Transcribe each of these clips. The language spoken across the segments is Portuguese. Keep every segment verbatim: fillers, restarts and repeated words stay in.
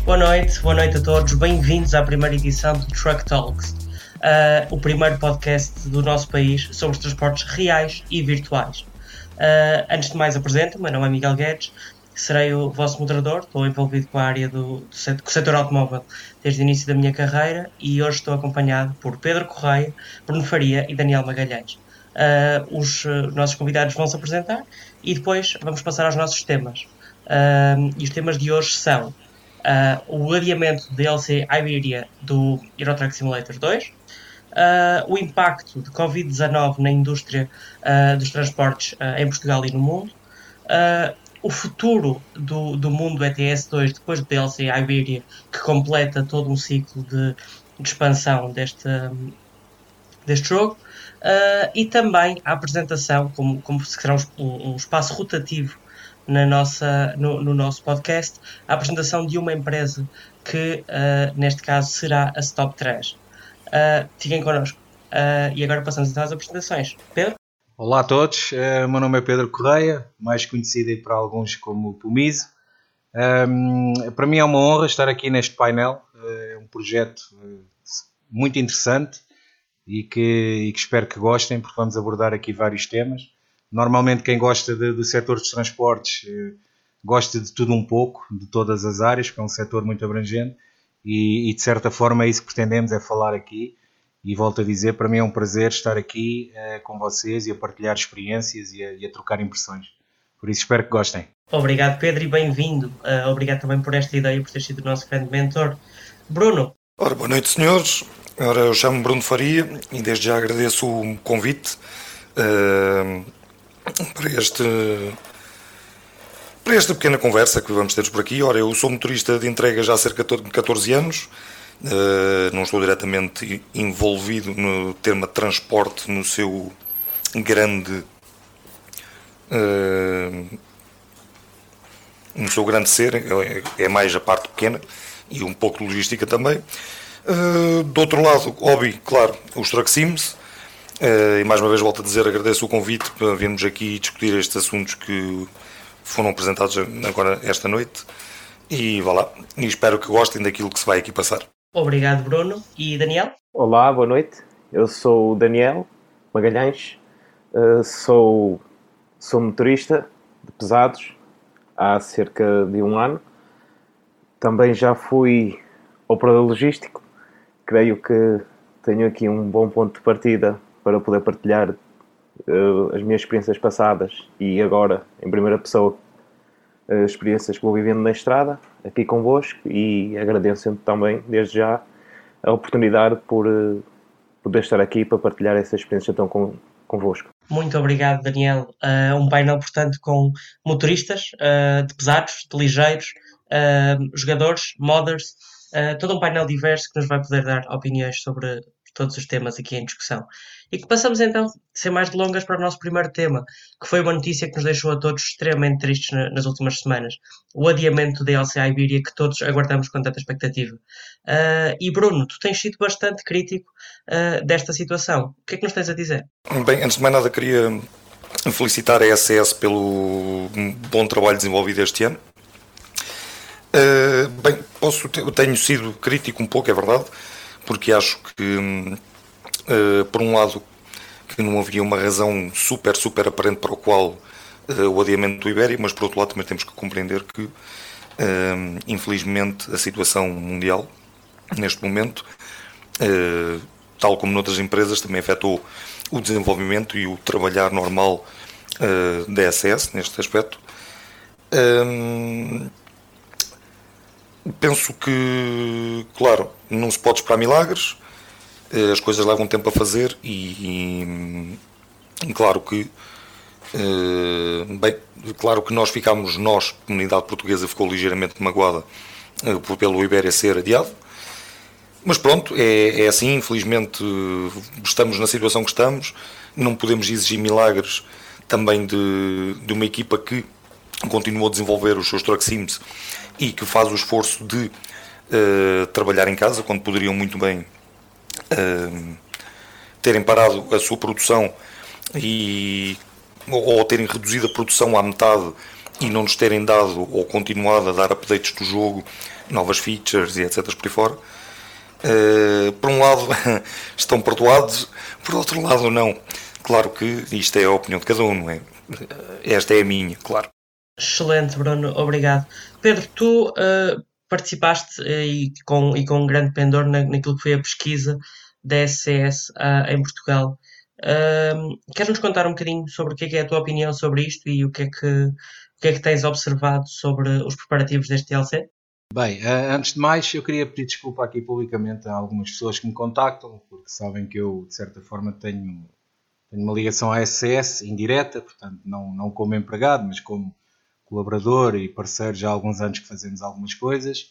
Boa noite, boa noite a todos, bem-vindos à primeira edição do Truck Talks, uh, o primeiro podcast do nosso país sobre os transportes reais e virtuais. Uh, antes de mais apresento, meu nome é Miguel Guedes, serei o vosso moderador, estou envolvido com a área do, do setor, com o setor automóvel desde o início da minha carreira e hoje estou acompanhado por Pedro Correia, Bruno Faria e Daniel Magalhães. Uh, os uh, nossos convidados vão se apresentar e depois vamos passar aos nossos temas. Uh, e os temas de hoje são uh, o adiamento do D L C Iberia do Euro Truck Simulator dois, uh, o impacto de covid dezanove na indústria uh, dos transportes uh, em Portugal e no mundo, uh, o futuro do, do mundo E T S dois depois do D L C Iberia, que completa todo um ciclo de, de expansão deste, um, deste jogo. Uh, e também a apresentação, como, como será um, um espaço rotativo na nossa, no, no nosso podcast, a apresentação de uma empresa que, uh, neste caso, será a Stop três. Uh, fiquem connosco. Uh, e agora passamos então às apresentações. Pedro? Olá a todos, uh, meu nome é Pedro Correia, mais conhecido aí para alguns como Pumizo. Um, para mim é uma honra estar aqui neste painel, uh, é um projeto uh, muito interessante. E que, e que espero que gostem, porque vamos abordar aqui vários temas. Normalmente quem gosta de, do setor dos transportes eh, gosta de tudo um pouco, de todas as áreas, porque é um setor muito abrangente e, e de certa forma é isso que pretendemos, é falar aqui. E volto a dizer, para mim é um prazer estar aqui eh, com vocês e a partilhar experiências e a, e a trocar impressões. Por isso espero que gostem. Obrigado, Pedro, e bem-vindo. Uh, obrigado também por esta ideia, por ter sido o nosso grande mentor. Bruno? Ora, boa noite, senhores. Ora, eu chamo-me Bruno Faria e desde já agradeço o convite uh, para, este, para esta pequena conversa que vamos ter por aqui. Ora, eu sou motorista de entrega já há cerca de catorze anos, uh, não estou diretamente envolvido no termo de transporte no seu grande uh, no seu grande ser, é, é mais a parte pequena e um pouco de logística também. Uh, do outro lado, hobby, claro, os Truck Sims, uh, e mais uma vez volto a dizer, agradeço o convite para virmos aqui discutir estes assuntos que foram apresentados agora esta noite e vá lá, e espero que gostem daquilo que se vai aqui passar. Obrigado, Bruno. E Daniel? Olá, boa noite, eu sou o Daniel Magalhães, uh, sou, sou motorista de pesados há cerca de um ano, também já fui operador logístico. Creio que tenho aqui um bom ponto de partida para poder partilhar uh, as minhas experiências passadas e agora, em primeira pessoa, uh, experiências que vou vivendo na estrada, aqui convosco, e agradeço também, desde já, a oportunidade por uh, poder estar aqui para partilhar essa experiência tão com, convosco. Muito obrigado, Daniel. Uh, um painel, portanto, com motoristas uh, de pesados, de ligeiros, uh, jogadores, modders, Uh, todo um painel diverso que nos vai poder dar opiniões sobre todos os temas aqui em discussão. E que passamos então, sem mais delongas, para o nosso primeiro tema, que foi uma notícia que nos deixou a todos extremamente tristes na, nas últimas semanas. O adiamento do D L C Iberia, que todos aguardamos com tanta expectativa. Uh, e Bruno, tu tens sido bastante crítico uh, desta situação. O que é que nos tens a dizer? Bem, antes de mais nada queria felicitar a S S pelo bom trabalho desenvolvido este ano. Uh, bem, posso ter, eu tenho sido crítico um pouco, é verdade, porque acho que, uh, por um lado, que não havia uma razão super, super aparente para o qual uh, o adiamento do Iberia, mas por outro lado também temos que compreender que, uh, infelizmente, a situação mundial, neste momento, uh, tal como noutras empresas, também afetou o desenvolvimento e o trabalhar normal uh, da S S, neste aspecto. Uh, Penso que, claro, não se pode esperar milagres, as coisas levam tempo a fazer e, e claro que, bem, claro que nós ficámos, nós, comunidade portuguesa, ficou ligeiramente magoada pelo Iberia ser adiado, mas pronto, é, é assim, infelizmente estamos na situação que estamos, não podemos exigir milagres também de, de uma equipa que continuou a desenvolver os seus Truck Sims e que faz o esforço de uh, trabalhar em casa, quando poderiam muito bem uh, terem parado a sua produção e, ou, ou terem reduzido a produção à metade e não nos terem dado ou continuado a dar updates do jogo, novas features e etc por aí fora. Uh, por um lado estão perdoados, por outro lado não. Claro que isto é a opinião de cada um, não é? Esta é a minha, claro. Excelente, Bruno, obrigado. Pedro, tu uh, participaste uh, e, com, e com um grande pendor na, naquilo que foi a pesquisa da S C S uh, em Portugal. Uh, queres-nos contar um bocadinho sobre o que é, que é a tua opinião sobre isto e o que é que, o que é que tens observado sobre os preparativos deste D L C? Bem, antes de mais, eu queria pedir desculpa aqui publicamente a algumas pessoas que me contactam, porque sabem que eu, de certa forma, tenho, tenho uma ligação à S C S indireta, portanto, não, não como empregado, mas como colaborador e parceiro já há alguns anos que fazemos algumas coisas.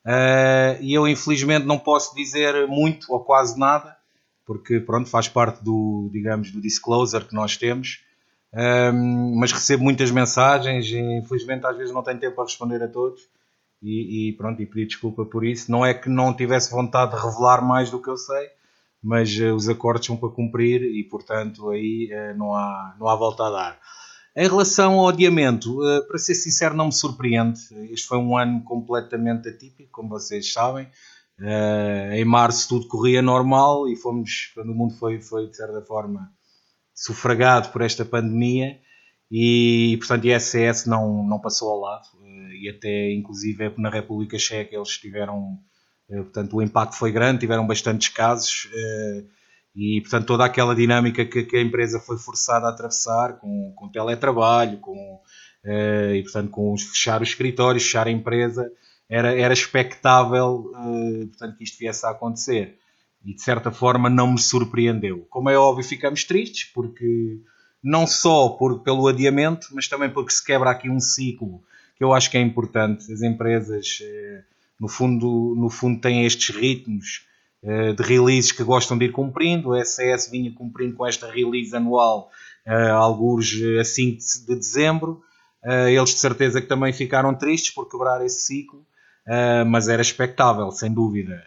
E eu, infelizmente, não posso dizer muito ou quase nada, porque, pronto, faz parte do, digamos, do disclosure que nós temos, mas recebo muitas mensagens e, infelizmente, às vezes não tenho tempo para responder a todos. E, e pronto, e pedir desculpa por isso. Não é que não tivesse vontade de revelar mais do que eu sei, mas uh, os acordos são para cumprir e, portanto, aí uh, não, há, não há volta a dar. Em relação ao adiamento, uh, para ser sincero, não me surpreende. Este foi um ano completamente atípico, como vocês sabem. Uh, em março tudo corria normal e fomos, quando o mundo foi, foi de certa forma, sufragado por esta pandemia. E, portanto, a S C S não, não passou ao lado, e até, inclusive, na República Checa eles tiveram, portanto, o impacto foi grande, tiveram bastantes casos, e, portanto, toda aquela dinâmica que, que a empresa foi forçada a atravessar, com, com teletrabalho, com, e, portanto, com fechar os escritórios, fechar a empresa, era, era expectável, portanto, que isto viesse a acontecer. E, de certa forma, não me surpreendeu. Como é óbvio, ficamos tristes, porque... não só por, pelo adiamento, mas também porque se quebra aqui um ciclo que eu acho que é importante. As empresas, no fundo, no fundo têm estes ritmos de releases que gostam de ir cumprindo. A S C S vinha cumprindo com esta release anual, alguns a cinco de dezembro. Eles de certeza que também ficaram tristes por quebrar esse ciclo, mas era expectável, sem dúvida.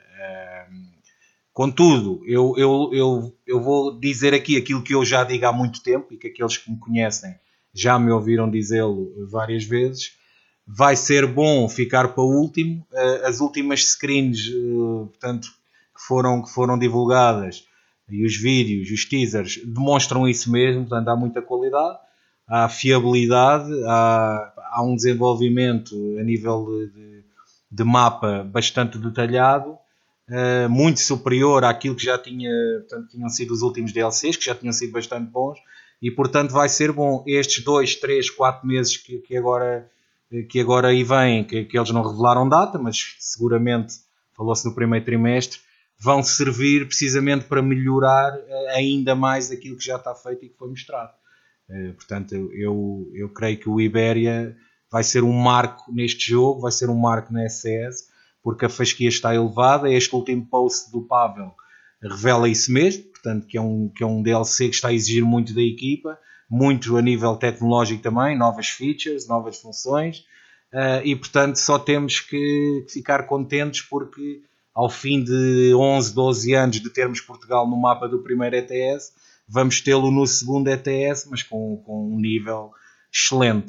Contudo, eu, eu, eu, eu vou dizer aqui aquilo que eu já digo há muito tempo e que aqueles que me conhecem já me ouviram dizê-lo várias vezes. Vai ser bom ficar para o último. As últimas screens, portanto, que foram, que foram divulgadas e os vídeos, os teasers, demonstram isso mesmo. Portanto, há muita qualidade, há fiabilidade, há, há um desenvolvimento a nível de, de, de mapa bastante detalhado. Uh, muito superior àquilo que já tinha, portanto, tinham sido os últimos D L Cs, que já tinham sido bastante bons, e portanto vai ser bom. Estes dois, três, quatro meses que, que, agora, que agora aí vêm, que, que eles não revelaram data, mas seguramente falou-se no primeiro trimestre, vão servir precisamente para melhorar ainda mais aquilo que já está feito e que foi mostrado. Uh, portanto, eu, eu creio que o Iberia vai ser um marco neste jogo, vai ser um marco na S C S, porque a fasquia está elevada. Este último post do Pavel revela isso mesmo, portanto, que é, um, que é um D L C que está a exigir muito da equipa, muito a nível tecnológico também, novas features, novas funções, uh, e portanto só temos que ficar contentes porque ao fim de onze, doze anos de termos Portugal no mapa do primeiro E T S, vamos tê-lo no segundo E T S, mas com, com um nível excelente.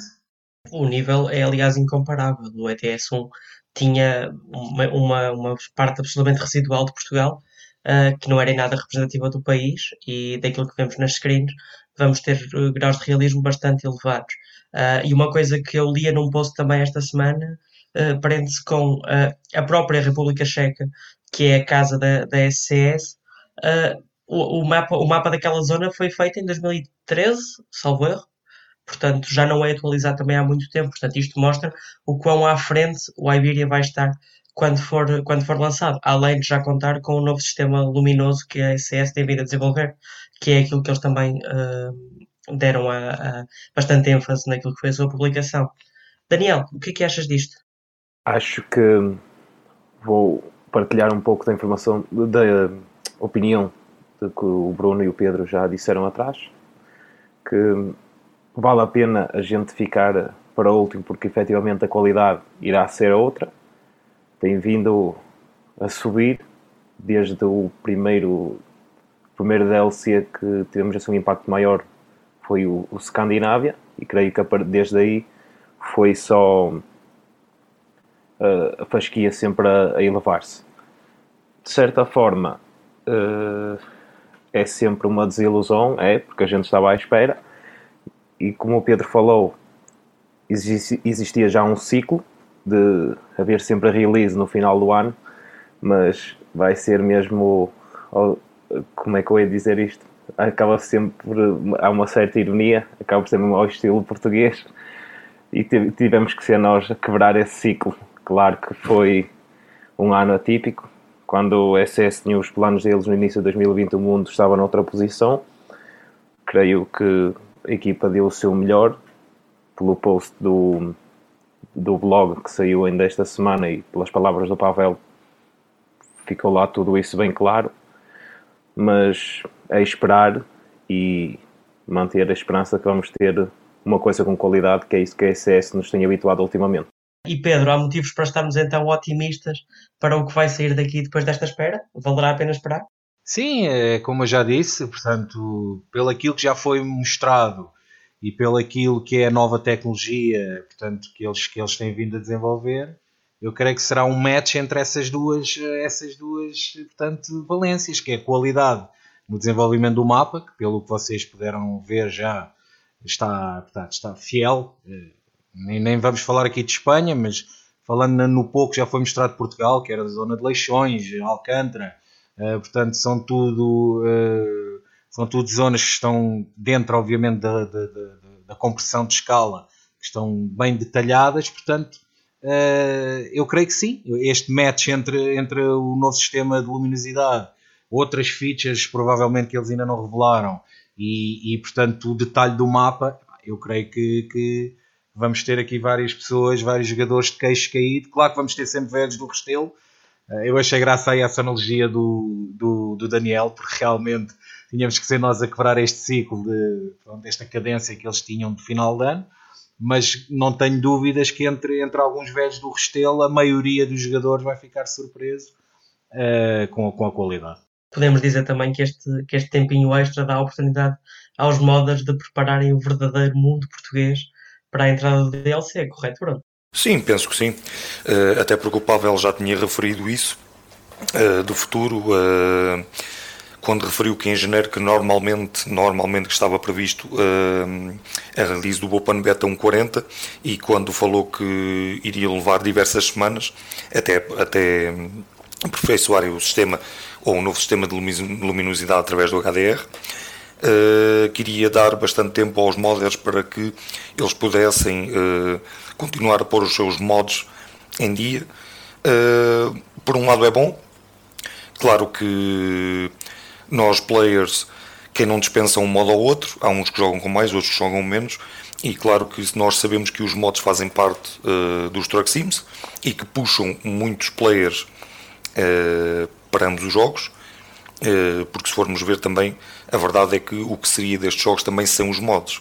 O nível é, aliás, incomparável. O E T S um tinha uma, uma, uma parte absolutamente residual de Portugal, uh, que não era em nada representativa do país, e daquilo que vemos nas screens, vamos ter uh, graus de realismo bastante elevados. Uh, e uma coisa que eu lia num post também esta semana, uh, prende-se com uh, a própria República Checa, que é a casa da, da S C S. Uh, o, o, mapa, o mapa daquela zona foi feito em dois mil e treze, salvo erro. Portanto, já não é atualizado também há muito tempo. Portanto, isto mostra o quão à frente o Iberia vai estar quando for, quando for lançado, além de já contar com o novo sistema luminoso que a S C S tem vindo a desenvolver, que é aquilo que eles também uh, deram a, a bastante ênfase naquilo que foi a sua publicação. Daniel, o que é que achas disto? Acho que vou partilhar um pouco da informação, da opinião de que o Bruno e o Pedro já disseram atrás, que vale a pena a gente ficar para o último, porque efetivamente a qualidade irá ser outra. Tem vindo a subir desde o primeiro, primeiro D L C que tivemos assim um impacto maior, foi o, o Scandinavia, e creio que desde aí foi só uh, a fasquia sempre a, a elevar-se. De certa forma, uh, é sempre uma desilusão, é, porque a gente estava à espera, e como o Pedro falou, existia já um ciclo de haver sempre a release no final do ano, mas vai ser mesmo, como é que eu ia dizer isto? Acaba sempre, há uma certa ironia, acaba por ser mesmo ao estilo português, e tivemos que ser nós a quebrar esse ciclo. Claro que foi um ano atípico, quando o S S tinha os planos deles no início de dois mil e vinte, o mundo estava noutra posição. Creio que a equipa deu o seu melhor, pelo post do, do blog que saiu ainda esta semana e pelas palavras do Pavel, ficou lá tudo isso bem claro, mas é esperar e manter a esperança que vamos ter uma coisa com qualidade, que é isso que a S S nos tem habituado ultimamente. E Pedro, há motivos para estarmos então otimistas para o que vai sair daqui depois desta espera? Valerá a pena esperar? Sim, é como eu já disse, portanto, pelo aquilo que já foi mostrado e pelo aquilo que é a nova tecnologia, portanto, que eles, que eles têm vindo a desenvolver, eu creio que será um match entre essas duas, essas duas portanto, valências, que é a qualidade no desenvolvimento do mapa, que pelo que vocês puderam ver já está, portanto, está fiel. Nem, nem vamos falar aqui de Espanha, mas falando no pouco já foi mostrado Portugal, que era a zona de Leixões, Alcântara, uh, portanto são tudo, uh, são tudo zonas que estão dentro, obviamente, da, da, da, da compressão de escala, que estão bem detalhadas, portanto uh, eu creio que sim, este match entre, entre o novo sistema de luminosidade, outras features provavelmente que eles ainda não revelaram e, e portanto o detalhe do mapa, eu creio que, que vamos ter aqui várias pessoas, vários jogadores de queixo caído. Claro que vamos ter sempre velhos do Restelo. Eu achei graça aí essa analogia do, do, do Daniel, porque realmente tínhamos que ser nós a quebrar este ciclo, de, desta cadência que eles tinham de final de ano. Mas não tenho dúvidas que entre, entre alguns velhos do Restelo, a maioria dos jogadores vai ficar surpreso uh, com, com a qualidade. Podemos dizer também que este, que este tempinho extra dá a oportunidade aos modders de prepararem o verdadeiro mundo português para a entrada do D L C, correto, Bruno? Sim, penso que sim. Uh, até porque o Pavel já tinha referido isso uh, do futuro, uh, quando referiu que em janeiro que normalmente, normalmente que estava previsto uh, a release do Open Beta um ponto quarenta e quando falou que iria levar diversas semanas até, até aperfeiçoar o sistema ou um novo sistema de luminosidade através do H D R. Uh, queria dar bastante tempo aos modders para que eles pudessem uh, continuar a pôr os seus mods em dia. Uh, por um lado é bom, claro que nós players, quem não dispensa um mod ou outro, há uns que jogam com mais, outros que jogam menos, e claro que nós sabemos que os mods fazem parte uh, dos Truck Sims e que puxam muitos players uh, para ambos os jogos. Porque se formos ver também, a verdade é que o que seria destes jogos também são os mods.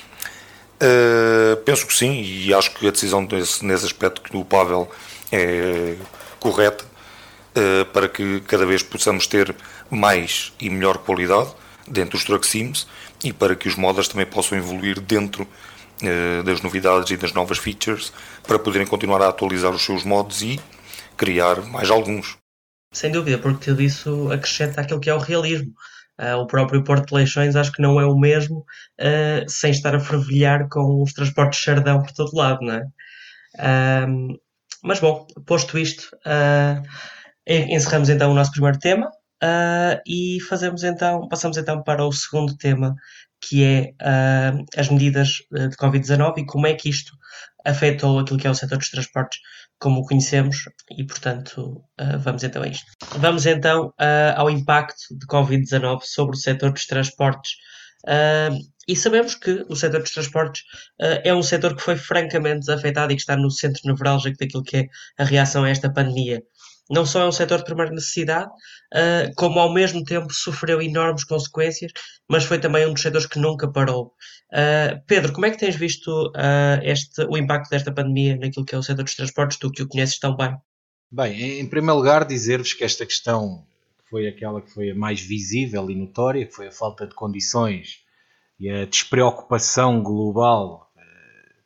Uh, penso que sim, e acho que a decisão desse, nesse aspecto do Pavel é correta, uh, para que cada vez possamos ter mais e melhor qualidade dentro dos Truck Sims e para que os modders também possam evoluir dentro uh, das novidades e das novas features para poderem continuar a atualizar os seus mods e criar mais alguns. Sem dúvida, porque tudo isso acrescenta aquilo que é o realismo. Uh, o próprio Porto de Leixões acho que não é o mesmo uh, sem estar a fervilhar com os transportes de Xardão por todo lado, não é? Uh, mas bom, posto isto, uh, encerramos então o nosso primeiro tema uh, e fazemos então, passamos então para o segundo tema, que é uh, as medidas de covid dezanove e como é que isto afetou aquilo que é o setor dos transportes como o conhecemos e, portanto, uh, vamos então a isto. Vamos então uh, ao impacto de covid dezanove sobre o setor dos transportes. Uh, e sabemos que o setor dos transportes uh, é um setor que foi francamente afetado e que está no centro nevrálgico daquilo que é a reação a esta pandemia. Não só é um setor de primeira necessidade, uh, como ao mesmo tempo sofreu enormes consequências, mas foi também um dos setores que nunca parou. Uh, Pedro, como é que tens visto uh, este, o impacto desta pandemia naquilo que é o setor dos transportes, tu que o conheces tão bem? Bem, em primeiro lugar dizer-vos que esta questão foi aquela que foi a mais visível e notória, que foi a falta de condições e a despreocupação global uh,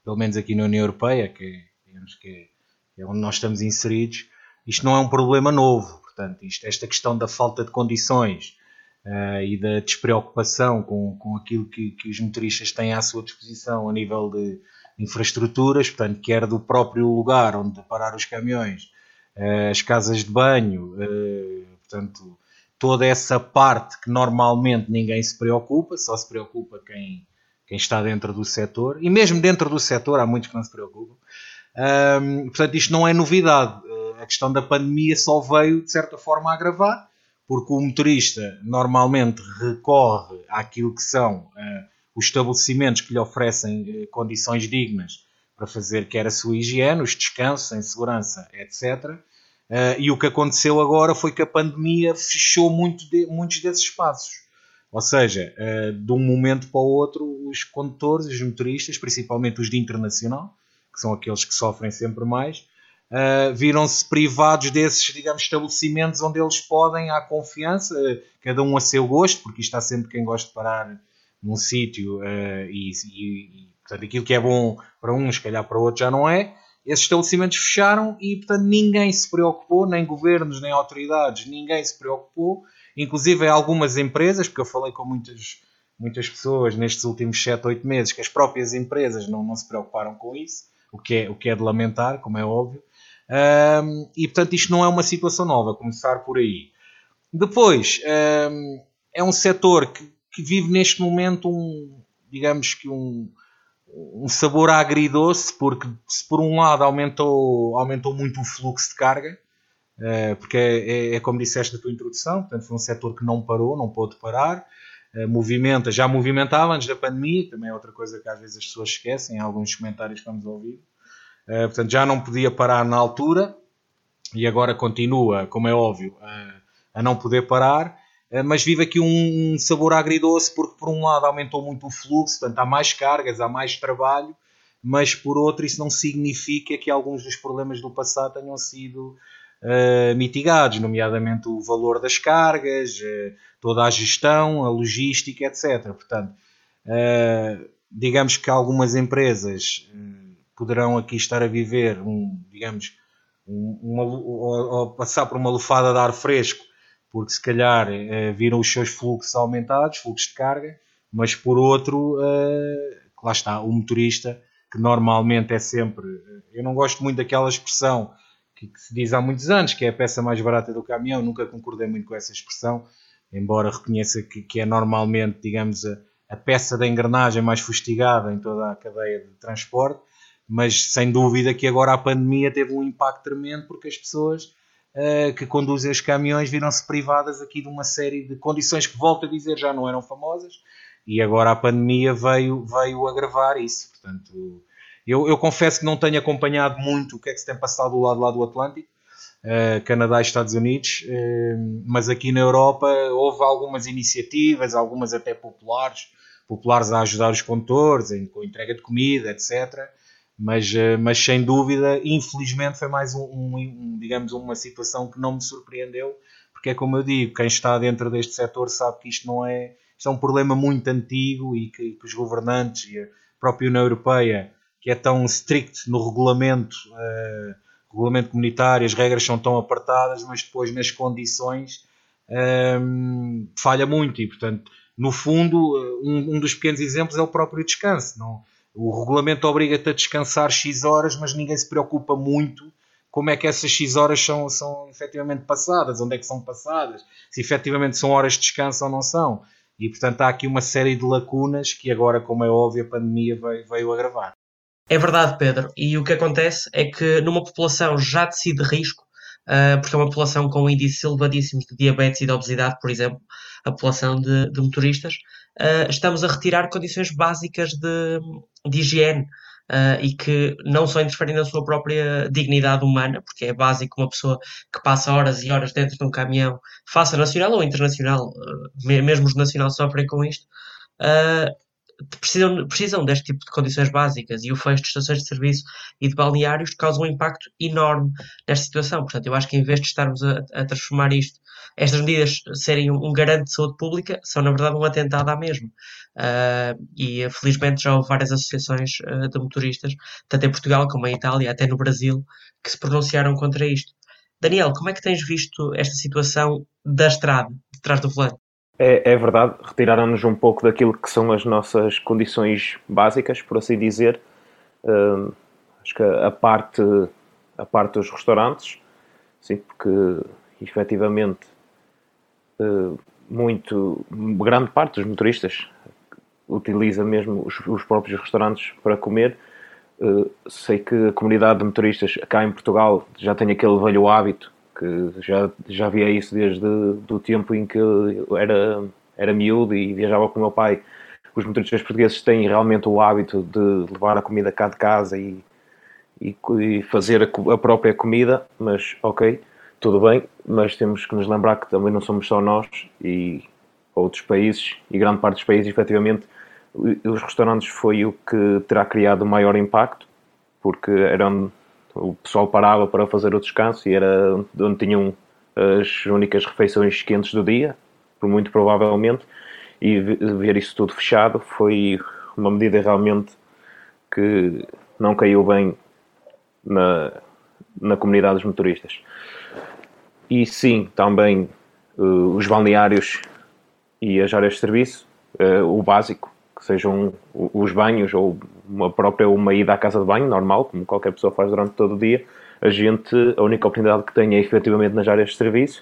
pelo menos aqui na União Europeia, que, digamos que é onde nós estamos inseridos, isto não é um problema novo. Portanto, isto, esta questão da falta de condições uh, e da despreocupação com, com aquilo que, que os motoristas têm à sua disposição a nível de infraestruturas, portanto, quer do próprio lugar onde parar os caminhões, uh, as casas de banho, uh, portanto, toda essa parte que normalmente ninguém se preocupa, só se preocupa quem, quem está dentro do setor, e mesmo dentro do setor há muitos que não se preocupam. Um, portanto, isto não é novidade. A questão da pandemia só veio, de certa forma, a agravar, porque o motorista normalmente recorre àquilo que são uh, os estabelecimentos que lhe oferecem uh, condições dignas para fazer quer a sua higiene, os descansos em segurança, etcétera. Uh, e o que aconteceu agora foi que a pandemia fechou muito de, muitos desses espaços. Ou seja, uh, de um momento para o outro, os condutores, os motoristas, principalmente os de internacional, que são aqueles que sofrem sempre mais, uh, viram-se privados desses, digamos, estabelecimentos onde eles podem, à confiança, uh, cada um a seu gosto, porque isto há sempre quem gosta de parar num sítio uh, e, e, e portanto, aquilo que é bom para uns, se calhar para outros já não é. Esses estabelecimentos fecharam e, portanto, ninguém se preocupou, nem governos, nem autoridades, ninguém se preocupou, inclusive algumas empresas, porque eu falei com muitas, muitas pessoas nestes últimos sete, oito meses, que as próprias empresas não, não se preocuparam com isso, o que é, o que é de lamentar, como é óbvio, um, e, portanto, isto não é uma situação nova, começar por aí. Depois, um, é um setor que, que vive neste momento um, digamos que um um sabor agridoce, porque se por um lado aumentou, aumentou muito o fluxo de carga, porque é, é, é como disseste na tua introdução, portanto foi um setor que não parou, não pôde parar, movimenta, já movimentava antes da pandemia, que também é outra coisa que às vezes as pessoas esquecem, em alguns comentários que vamos ouvir, portanto já não podia parar na altura, e agora continua, como é óbvio, a, a não poder parar, mas vive aqui um sabor agridoce, porque por um lado aumentou muito o fluxo, portanto há mais cargas, há mais trabalho, mas por outro isso não significa que alguns dos problemas do passado tenham sido uh, mitigados, nomeadamente o valor das cargas, uh, toda a gestão, a logística, etcétera. Portanto, uh, digamos que algumas empresas uh, poderão aqui estar a viver, um, digamos, um, uma, ou, ou passar por uma lufada de ar fresco, porque se calhar uh, viram os seus fluxos aumentados, fluxos de carga, mas por outro, uh, lá está, o motorista, que normalmente é sempre, uh, eu não gosto muito daquela expressão que, que se diz há muitos anos, que é a peça mais barata do caminhão, nunca concordei muito com essa expressão, embora reconheça que, que é normalmente, digamos, a, a peça da engrenagem mais fustigada em toda a cadeia de transporte, mas sem dúvida que agora a pandemia teve um impacto tremendo, porque as pessoas Uh, que conduzem os caminhões viram-se privadas aqui de uma série de condições que, volto a dizer, já não eram famosas, e agora a pandemia veio, veio agravar isso. Portanto, eu, eu confesso que não tenho acompanhado muito o que é que se tem passado do lado lá do Atlântico, uh, Canadá e Estados Unidos, uh, mas aqui na Europa houve algumas iniciativas, algumas até populares, populares a ajudar os condutores, em, com a entrega de comida, etcétera. Mas, mas sem dúvida, infelizmente foi mais um, um, digamos, uma situação que não me surpreendeu, porque é como eu digo, quem está dentro deste setor sabe que isto não é, isto é um problema muito antigo e que, que os governantes e a própria União Europeia, que é tão strict no regulamento, uh, regulamento comunitário, as regras são tão apertadas, mas depois nas condições um, falha muito e, portanto, no fundo, um, um dos pequenos exemplos é o próprio descanso, não? O regulamento obriga-te a descansar X horas, mas ninguém se preocupa muito como é que essas X horas são, são efetivamente passadas, onde é que são passadas, se efetivamente são horas de descanso ou não são. E, portanto, há aqui uma série de lacunas que agora, como é óbvio, a pandemia veio, veio agravar. É verdade, Pedro. E o que acontece é que numa população já de si de risco, uh, porque é uma população com índices elevadíssimos de diabetes e de obesidade, por exemplo, a população de, de motoristas, uh, estamos a retirar condições básicas de, de higiene uh, e que não só interferem na sua própria dignidade humana, porque é básico uma pessoa que passa horas e horas dentro de um caminhão, faça nacional ou internacional, uh, mesmo os nacionais sofrem com isto, uh, precisam, precisam deste tipo de condições básicas, e o fecho de estações de serviço e de balneários causa um impacto enorme nesta situação. Portanto, eu acho que em vez de estarmos a, a transformar isto, estas medidas serem um, um garante de saúde pública, são na verdade um atentado à mesma. Uh, e felizmente já houve várias associações uh, de motoristas, tanto em Portugal como em Itália, até no Brasil, que se pronunciaram contra isto. Daniel, como é que tens visto esta situação da estrada, de trás do volante? É, é verdade, retiraram-nos um pouco daquilo que são as nossas condições básicas, por assim dizer. Uh, acho que a parte, a parte dos restaurantes, sim, porque efetivamente uh, muito, grande parte dos motoristas utiliza mesmo os, os próprios restaurantes para comer. Uh, sei que a comunidade de motoristas cá em Portugal já tem aquele velho hábito, que já, já via isso desde o tempo em que eu era, era miúdo e viajava com o meu pai. Os motoristas portugueses têm realmente o hábito de levar a comida cá de casa e, e, e fazer a, a própria comida, mas ok, tudo bem, mas temos que nos lembrar que também não somos só nós, e outros países, e grande parte dos países, efetivamente, os restaurantes foi o que terá criado o maior impacto, porque eram, o pessoal parava para fazer o descanso e era onde tinham as únicas refeições quentes do dia, por muito provavelmente, e ver isso tudo fechado foi uma medida realmente que não caiu bem na, na comunidade dos motoristas. E sim, também uh, os balneários e as áreas de serviço, uh, o básico, que sejam os banhos ou uma própria uma ida à casa de banho, normal, como qualquer pessoa faz durante todo o dia. A gente, a única oportunidade que tem é efetivamente nas áreas de serviço,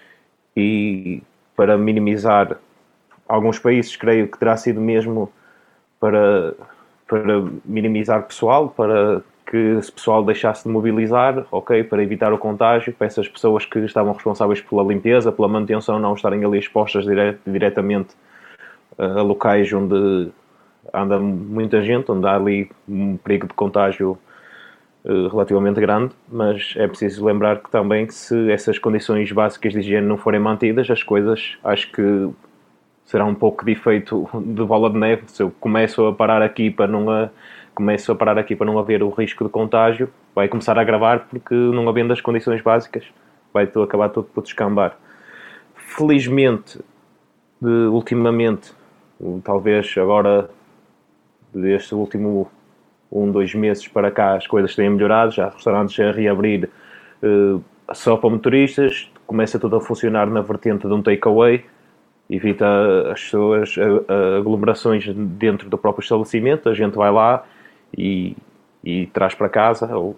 e para minimizar, alguns países creio que terá sido mesmo para, para minimizar pessoal, para que esse pessoal deixasse de mobilizar, ok, para evitar o contágio, para essas pessoas que estavam responsáveis pela limpeza, pela manutenção, não estarem ali expostas dire- diretamente a locais onde anda muita gente, onde há ali um perigo de contágio uh, relativamente grande, mas é preciso lembrar que também, se essas condições básicas de higiene não forem mantidas, as coisas, acho que será um pouco de efeito de bola de neve. Se eu começo a parar aqui para não a, começo a parar aqui para não haver o risco de contágio, vai começar a agravar, porque não havendo as condições básicas, vai tudo, acabar tudo por descambar. Felizmente, de, ultimamente, talvez agora, deste último um, dois meses para cá, as coisas têm melhorado, já há restaurantes a reabrir uh, só para motoristas, começa tudo a funcionar na vertente de um takeaway, evita as pessoas, a, a aglomerações dentro do próprio estabelecimento, a gente vai lá e, e traz para casa, ou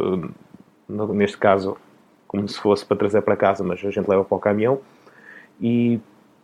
neste caso, como se fosse para trazer para casa, mas a gente leva para o caminhão. E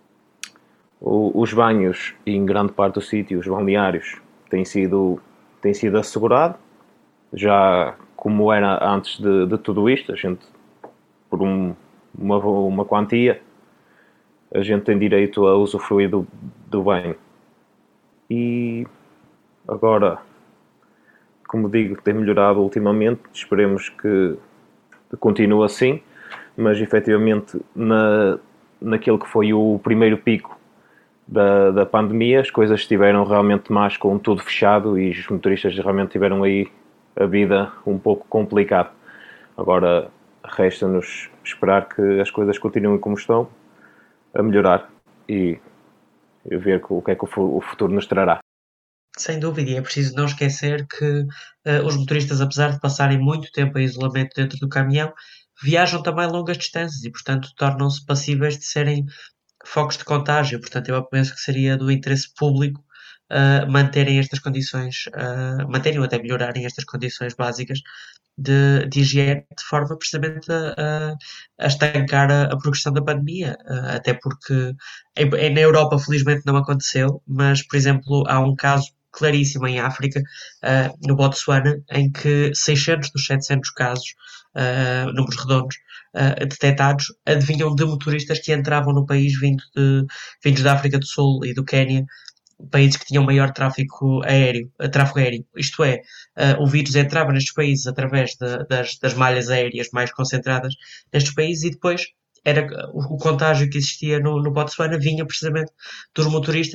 os banhos, em grande parte do sítio, os balneários, têm sido, têm sido assegurado, já como era antes de, de tudo isto. A gente, por um, uma, uma quantia, a gente tem direito a usufruir do, do banho. E agora, como digo, tem melhorado ultimamente, esperemos que continue assim, mas efetivamente na, naquele que foi o primeiro pico Da, da pandemia, as coisas estiveram realmente mais com tudo fechado e os motoristas realmente tiveram aí a vida um pouco complicada. Agora resta-nos esperar que as coisas continuem como estão, a melhorar, e ver o que é que o futuro nos trará. Sem dúvida, e é preciso não esquecer que uh, os motoristas, apesar de passarem muito tempo em isolamento dentro do caminhão, viajam também longas distâncias e, portanto, tornam-se passíveis de serem focos de contágio. Portanto, eu penso que seria do interesse público uh, manterem estas condições, uh, manterem ou até melhorarem estas condições básicas de, de higiene, de forma precisamente a, a, a estancar a, a progressão da pandemia. Uh, até porque em, em, na Europa, felizmente, não aconteceu, mas, por exemplo, há um caso claríssimo em África, uh, no Botsuana, em que seiscentos dos setecentos casos, uh, números redondos, uh, detectados, adivinham de motoristas que entravam no país vindo de, vindos da África do Sul e do Quénia, países que tinham maior tráfego aéreo, uh, tráfego aéreo. Isto é, uh, o vírus entrava nestes países através de, das, das malhas aéreas mais concentradas nestes países, e depois era o, o contágio que existia no, no Botsuana vinha precisamente dos motoristas,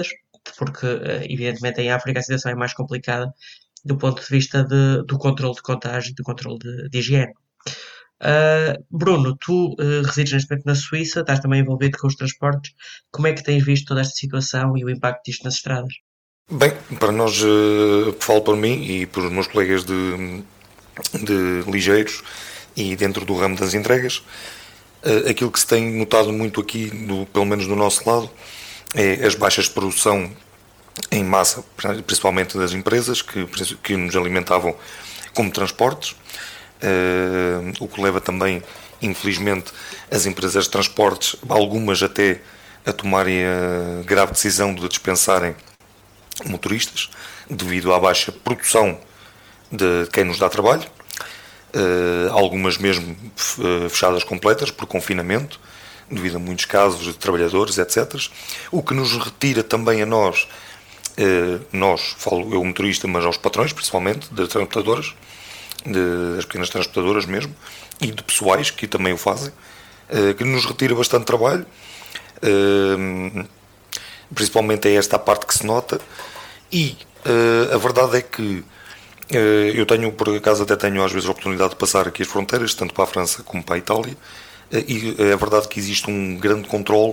porque evidentemente em África a situação é mais complicada do ponto de vista de, do controle de contágio, do controle de, de higiene. Uh, Bruno, tu uh, resides neste momento na Suíça, estás também envolvido com os transportes. Como é que tens visto toda esta situação e o impacto disto nas estradas? Bem, para nós, uh, falo por mim e por os meus colegas de, de ligeiros e dentro do ramo das entregas, uh, aquilo que se tem notado muito aqui, do, pelo menos do nosso lado, é as baixas de produção em massa, principalmente das empresas que, que nos alimentavam como transportes. Uh, o que leva também, infelizmente, as empresas de transportes, algumas até a tomarem a grave decisão de dispensarem motoristas devido à baixa produção de quem nos dá trabalho, uh, algumas mesmo fechadas completas por confinamento, devido a muitos casos de trabalhadores, etcétera. O que nos retira também a nós, uh, nós, falo eu motorista, mas aos patrões, principalmente, das transportadoras, das pequenas transportadoras mesmo, e de pessoais que também o fazem, que nos retira bastante trabalho, principalmente é esta a parte que se nota, e a verdade é que eu tenho, por acaso até tenho às vezes a oportunidade de passar aqui as fronteiras, tanto para a França como para a Itália, e é verdade que existe um grande controle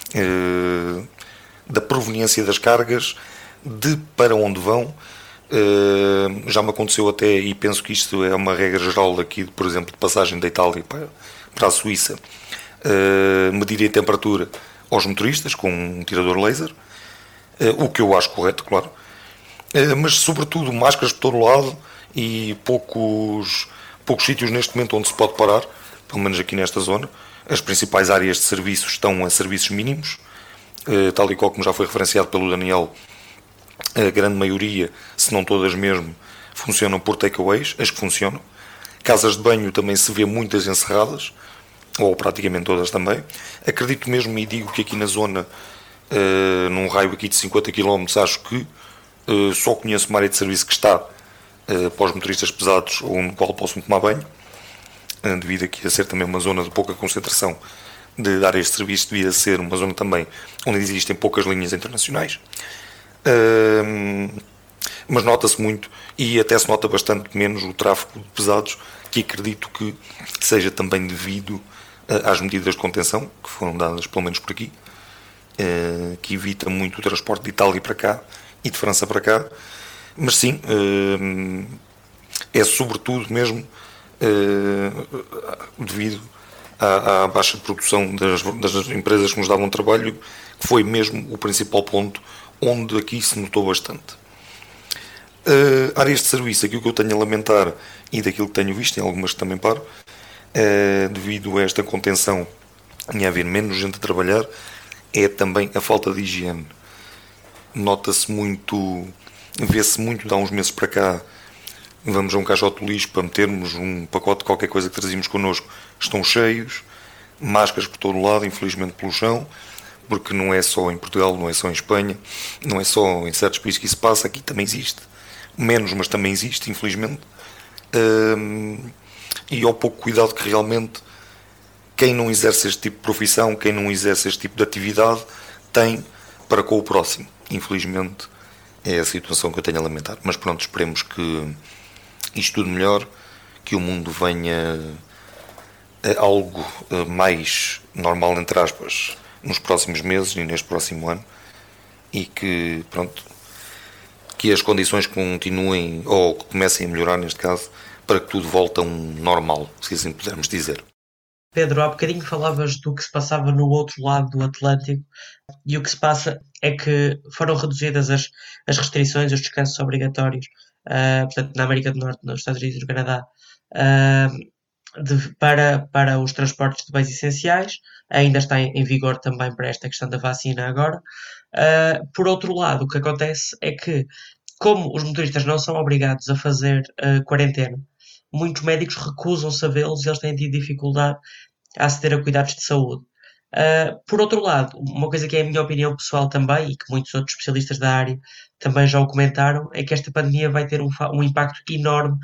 da proveniência das cargas, de para onde vão. Uh, já me aconteceu até, e penso que isto é uma regra geral aqui, por exemplo, de passagem da Itália para, para a Suíça, uh, medirem a temperatura aos motoristas com um tirador laser, uh, o que eu acho correto, claro, uh, mas sobretudo máscaras por todo o lado e poucos, poucos sítios neste momento onde se pode parar, pelo menos aqui nesta zona. As principais áreas de serviço estão a serviços mínimos, uh, tal e qual como já foi referenciado pelo Daniel. A grande maioria, se não todas mesmo, funcionam por takeaways, as que funcionam. Casas de banho também se vê muitas encerradas, ou praticamente todas também. Acredito mesmo e digo que aqui na zona, uh, num raio aqui de cinquenta quilómetros, acho que uh, só conheço uma área de serviço que está uh, para os motoristas pesados, ou no qual possam tomar banho, uh, devido aqui a ser também uma zona de pouca concentração de áreas de serviço, devido a ser uma zona também onde existem poucas linhas internacionais. Uh, mas nota-se muito, e até se nota bastante menos o tráfego de pesados, que acredito que seja também devido uh, às medidas de contenção que foram dadas, pelo menos por aqui, uh, que evita muito o transporte de Itália para cá e de França para cá. Mas sim, uh, é sobretudo mesmo uh, devido à, à baixa produção das, das empresas que nos davam trabalho, que foi mesmo o principal ponto onde aqui se notou bastante. Uh, áreas de serviço, aquilo que eu tenho a lamentar e daquilo que tenho visto, em algumas que também paro, uh, devido a esta contenção em haver menos gente a trabalhar, é também a falta de higiene. Nota-se muito, vê-se muito de há uns meses para cá, vamos a um caixote de lixo para metermos um pacote de qualquer coisa que trazíamos connosco, estão cheios, máscaras por todo o lado, infelizmente pelo chão, porque não é só em Portugal, não é só em Espanha, não é só em certos países que isso passa, aqui também existe, menos, mas também existe, infelizmente, um, e ao pouco cuidado que realmente quem não exerce este tipo de profissão, quem não exerce este tipo de atividade, tem para com o próximo. Infelizmente é a situação que eu tenho a lamentar, mas pronto, esperemos que isto tudo melhore, que o mundo venha a algo mais normal, entre aspas, nos próximos meses e neste próximo ano, e que, pronto, que as condições continuem, ou que comecem a melhorar neste caso, para que tudo volte a um normal, se assim pudermos dizer. Pedro, há bocadinho falavas do que se passava no outro lado do Atlântico, e o que se passa é que foram reduzidas as, as restrições, os descansos obrigatórios, uh, portanto, na América do Norte, nos Estados Unidos e no Canadá, uh, De, para, para os transportes de bens essenciais, ainda está em, em vigor também para esta questão da vacina agora. Uh, por outro lado, o que acontece é que, como os motoristas não são obrigados a fazer uh, quarentena, muitos médicos recusam-se a vê-los e eles têm tido dificuldade a aceder a cuidados de saúde. Uh, por outro lado, uma coisa que é a minha opinião pessoal também, e que muitos outros especialistas da área também já o comentaram, é que esta pandemia vai ter um, um impacto enorme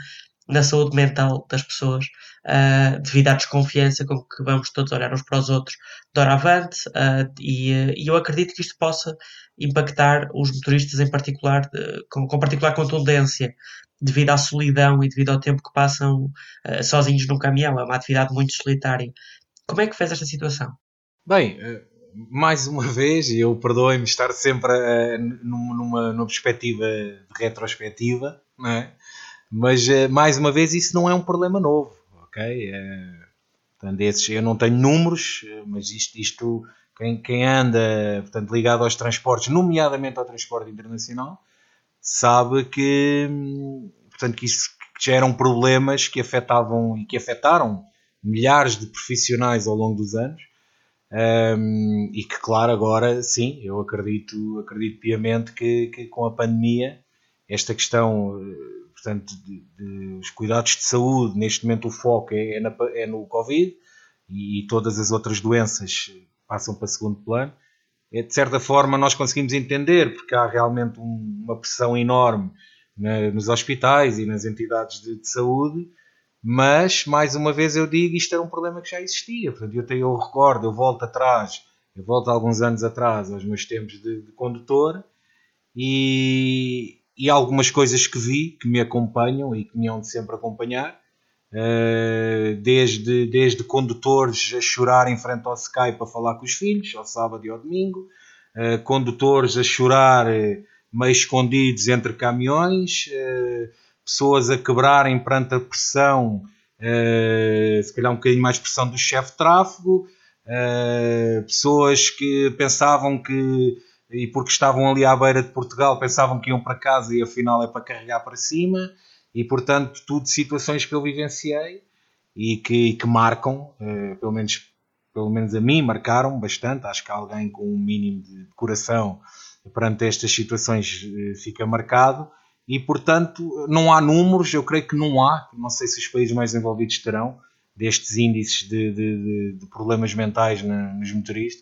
na saúde mental das pessoas, uh, devido à desconfiança com que vamos todos olhar uns para os outros de hora avante, uh, e, e eu acredito que isto possa impactar os motoristas em particular, uh, com, com particular contundência, devido à solidão e devido ao tempo que passam uh, sozinhos num caminhão. É uma atividade muito solitária. Como é que fez esta situação? Bem, mais uma vez, e eu perdoe-me estar sempre uh, numa, numa perspectiva retrospectiva, não é? Mas uh, mais uma vez isso não é um problema novo, ok? Uh, portanto, esses, eu não tenho números, mas isto, isto quem, quem anda portanto, ligado aos transportes, nomeadamente ao transporte internacional, sabe que, portanto, que isso já eram problemas que afetavam e que afetaram milhares de profissionais ao longo dos anos. Um, e que, claro, agora sim, eu acredito, acredito piamente que, que com a pandemia esta questão, portanto, de, de, os cuidados de saúde, neste momento o foco é, é, na, é no Covid, e, e todas as outras doenças passam para segundo plano. É, de certa forma nós conseguimos entender, porque há realmente um, uma pressão enorme na, nos hospitais e nas entidades de, de saúde. Mas, mais uma vez eu digo, isto era um problema que já existia. Portanto, eu, tenho, eu recordo, eu volto atrás, eu volto alguns anos atrás, aos meus tempos de, de condutor, e, e algumas coisas que vi, que me acompanham e que me hão de sempre acompanhar, uh, desde, desde condutores a chorar em frente ao Skype a falar com os filhos, ao sábado e ao domingo, uh, condutores a chorar uh, meio escondidos entre caminhões, uh, pessoas a quebrarem perante a pressão, uh, se calhar um bocadinho mais pressão do chefe de tráfego, uh, pessoas que pensavam que, e porque estavam ali à beira de Portugal, pensavam que iam para casa e afinal é para carregar para cima, e portanto tudo situações que eu vivenciei e que, e que marcam, uh, pelo menos, pelo menos a mim marcaram bastante. Acho que alguém com um mínimo de coração perante estas situações uh, fica marcado. E, portanto, não há números, eu creio que não há, não sei se os países mais envolvidos terão, destes índices de, de, de problemas mentais na, nos motoristas,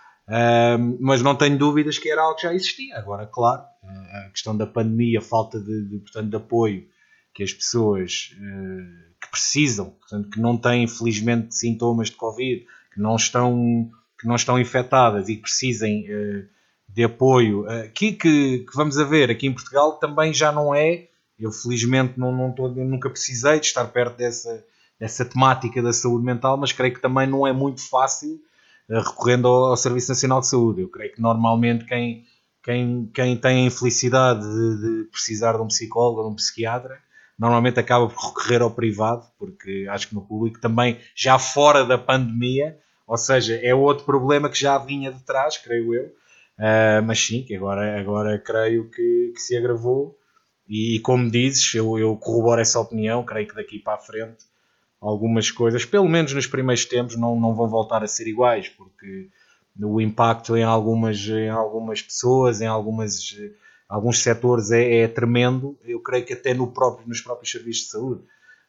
uh, mas não tenho dúvidas que era algo que já existia. Agora, claro, a questão da pandemia, a falta de, de, portanto, de apoio que as pessoas uh, que precisam, portanto, que não têm, felizmente, sintomas de Covid, que não estão, que não estão infectadas e que precisem... Uh, de apoio, aqui que, que vamos a ver, aqui em Portugal também já não é, eu felizmente não, não tô, nunca precisei de estar perto dessa, dessa temática da saúde mental, mas creio que também não é muito fácil uh, recorrendo ao, ao Serviço Nacional de Saúde. Eu creio que normalmente quem, quem, quem tem a infelicidade de, de precisar de um psicólogo ou de um psiquiatra, normalmente acaba por recorrer ao privado, porque acho que no público também, já fora da pandemia, ou seja, é outro problema que já vinha de trás, creio eu. Uh, mas sim, que agora, agora creio que, que se agravou, e como dizes, eu, eu corroboro essa opinião. Creio que daqui para a frente algumas coisas, pelo menos nos primeiros tempos, não, não vão voltar a ser iguais, porque o impacto em algumas, em algumas pessoas, em algumas, alguns setores é, é tremendo. Eu creio que até no próprio, nos próprios serviços de saúde.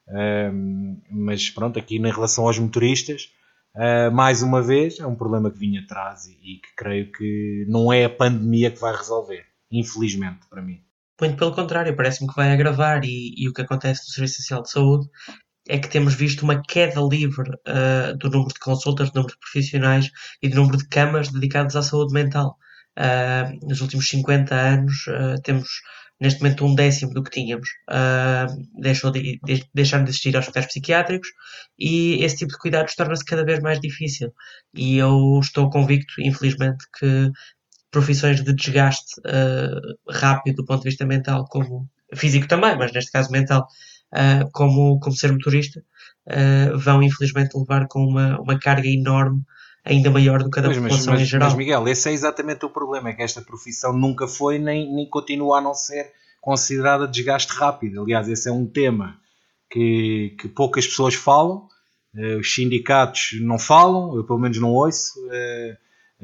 Uh, mas pronto, aqui em relação aos motoristas, Uh, mais uma vez, é um problema que vinha atrás e, e que creio que não é a pandemia que vai resolver, infelizmente, para mim. Muito pelo contrário, parece-me que vai agravar, e, e o que acontece no Serviço Nacional de Saúde é que temos visto uma queda livre uh, do número de consultas, do número de profissionais e do número de camas dedicadas à saúde mental. Uh, nos últimos cinquenta anos uh, temos neste momento um décimo do que tínhamos. Uh, deixou de, de, deixaram de existir hospitais psiquiátricos, e esse tipo de cuidados torna-se cada vez mais difícil. E eu estou convicto, infelizmente, que profissões de desgaste uh, rápido do ponto de vista mental, como físico também, mas neste caso mental, uh, como, como ser motorista, uh, vão infelizmente levar com uma, uma carga enorme, ainda maior do que a da pois, população mas, mas, em geral. Mas Miguel, esse é exatamente o problema, é que esta profissão nunca foi nem, nem continua a não ser considerada desgaste rápido. Aliás, esse é um tema que, que poucas pessoas falam, uh, os sindicatos não falam, eu pelo menos não ouço, uh,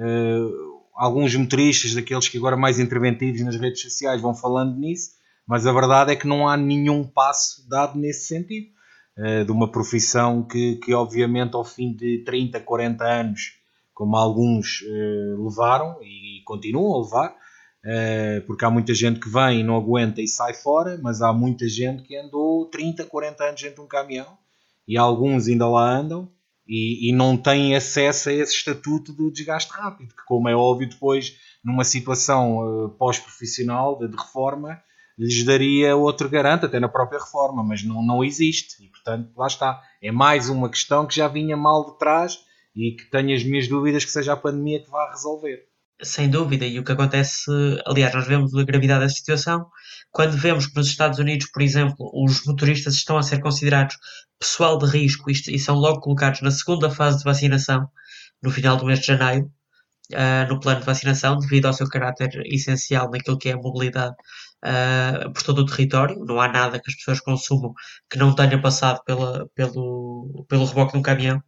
uh, alguns motoristas, daqueles que agora mais interventivos nas redes sociais, vão falando nisso, mas a verdade é que não há nenhum passo dado nesse sentido. De uma profissão que, que obviamente ao fim de trinta, quarenta anos, como alguns eh, levaram e continuam a levar, uh, porque há muita gente que vem e não aguenta e sai fora, mas há muita gente que andou trinta, quarenta anos dentro de um caminhão, e alguns ainda lá andam, e, e não têm acesso a esse estatuto de desgaste rápido, que, como é óbvio, depois, numa situação uh, pós-profissional, de, de reforma, lhes daria outro garante, até na própria reforma, mas não, não existe. E, portanto, lá está. É mais uma questão que já vinha mal de trás e que tenho as minhas dúvidas que seja a pandemia que vá resolver. Sem dúvida, e o que acontece, aliás, nós vemos a gravidade da situação, quando vemos que nos Estados Unidos, por exemplo, os motoristas estão a ser considerados pessoal de risco e são logo colocados na segunda fase de vacinação, no final do mês de janeiro, uh, no plano de vacinação, devido ao seu caráter essencial naquilo que é a mobilidade uh, por todo o território. Não há nada que as pessoas consumam que não tenha passado pela, pelo, pelo reboque de um caminhão.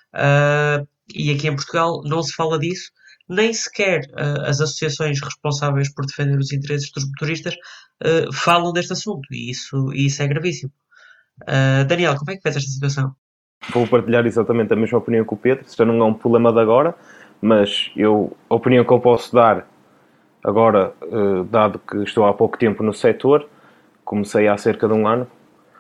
Uh, e aqui em Portugal não se fala disso, nem sequer uh, as associações responsáveis por defender os interesses dos motoristas uh, falam deste assunto, e isso, e isso é gravíssimo. Uh, Daniel, como é que vês esta situação? Vou partilhar exatamente a mesma opinião que o Pedro. Isto não é um problema de agora, mas eu, a opinião que eu posso dar agora, uh, dado que estou há pouco tempo no setor, comecei há cerca de um ano,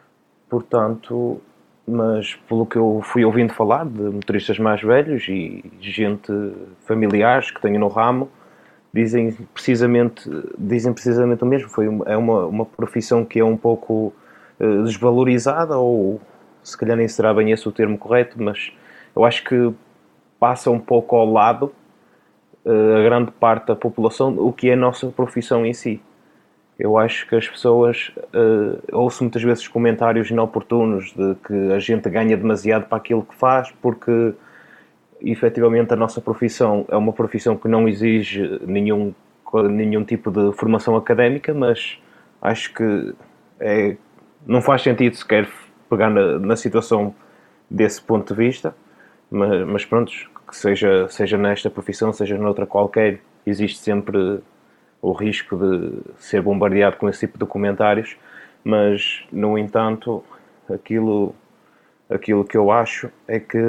portanto... mas pelo que eu fui ouvindo falar de motoristas mais velhos e gente familiares que tenho no ramo, dizem precisamente, dizem precisamente o mesmo. Foi uma, é uma, uma profissão que é um pouco uh, desvalorizada, ou se calhar nem será bem esse o termo correto, mas eu acho que passa um pouco ao lado uh, a grande parte da população o que é a nossa profissão em si. Eu acho que as pessoas, uh, ouço muitas vezes comentários inoportunos de que a gente ganha demasiado para aquilo que faz, porque efetivamente a nossa profissão é uma profissão que não exige nenhum, nenhum tipo de formação académica, mas acho que é, não faz sentido sequer pegar na, na situação desse ponto de vista, mas, mas pronto, que seja, seja nesta profissão, seja noutra qualquer, existe sempre o risco de ser bombardeado com esse tipo de comentários, mas, no entanto, aquilo, aquilo que eu acho é que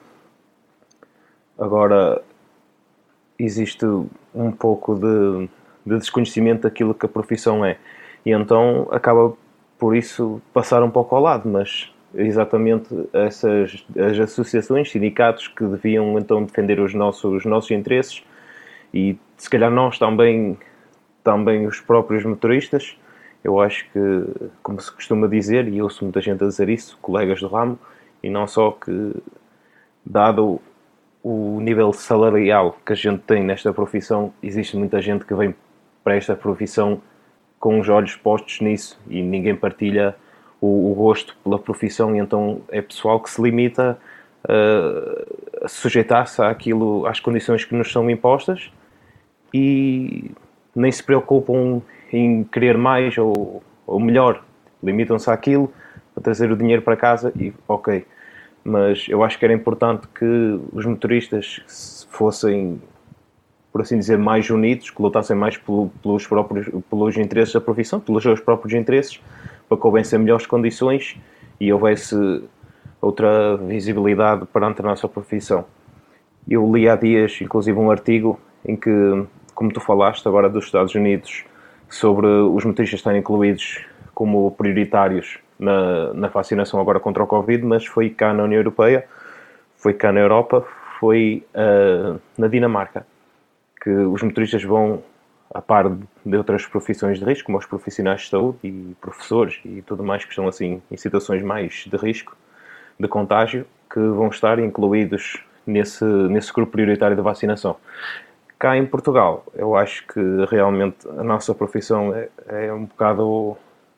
agora existe um pouco de, de desconhecimento daquilo que a profissão é, e então acaba por isso passar um pouco ao lado, mas exatamente essas as associações, sindicatos que deviam então defender os nossos, os nossos interesses, e se calhar nós também também os próprios motoristas, eu acho que, como se costuma dizer, e ouço muita gente a dizer isso, colegas do ramo, e não só, que dado o nível salarial que a gente tem nesta profissão, existe muita gente que vem para esta profissão com os olhos postos nisso, e ninguém partilha o, o gosto pela profissão, e então é pessoal que se limita a, a sujeitar-se àquilo, às condições que nos são impostas, e nem se preocupam em querer mais ou, ou melhor, limitam-se àquilo para trazer o dinheiro para casa e ok. Mas eu acho que era importante que os motoristas fossem, por assim dizer, mais unidos, que lutassem mais pelo, pelos, próprios, pelos interesses da profissão, pelos seus próprios interesses, para que houvessem melhores condições e houvesse outra visibilidade perante a nossa profissão. Eu li há dias, inclusive, um artigo em que, como tu falaste agora dos Estados Unidos, sobre os motoristas estarem incluídos como prioritários na, na vacinação agora contra o Covid, mas foi cá na União Europeia, foi cá na Europa, foi uh, na Dinamarca, que os motoristas vão, a par de outras profissões de risco, como os profissionais de saúde e professores e tudo mais, que estão assim em situações mais de risco, de contágio, que vão estar incluídos nesse, nesse grupo prioritário de vacinação. Cá em Portugal, eu acho que realmente a nossa profissão é, é um bocado,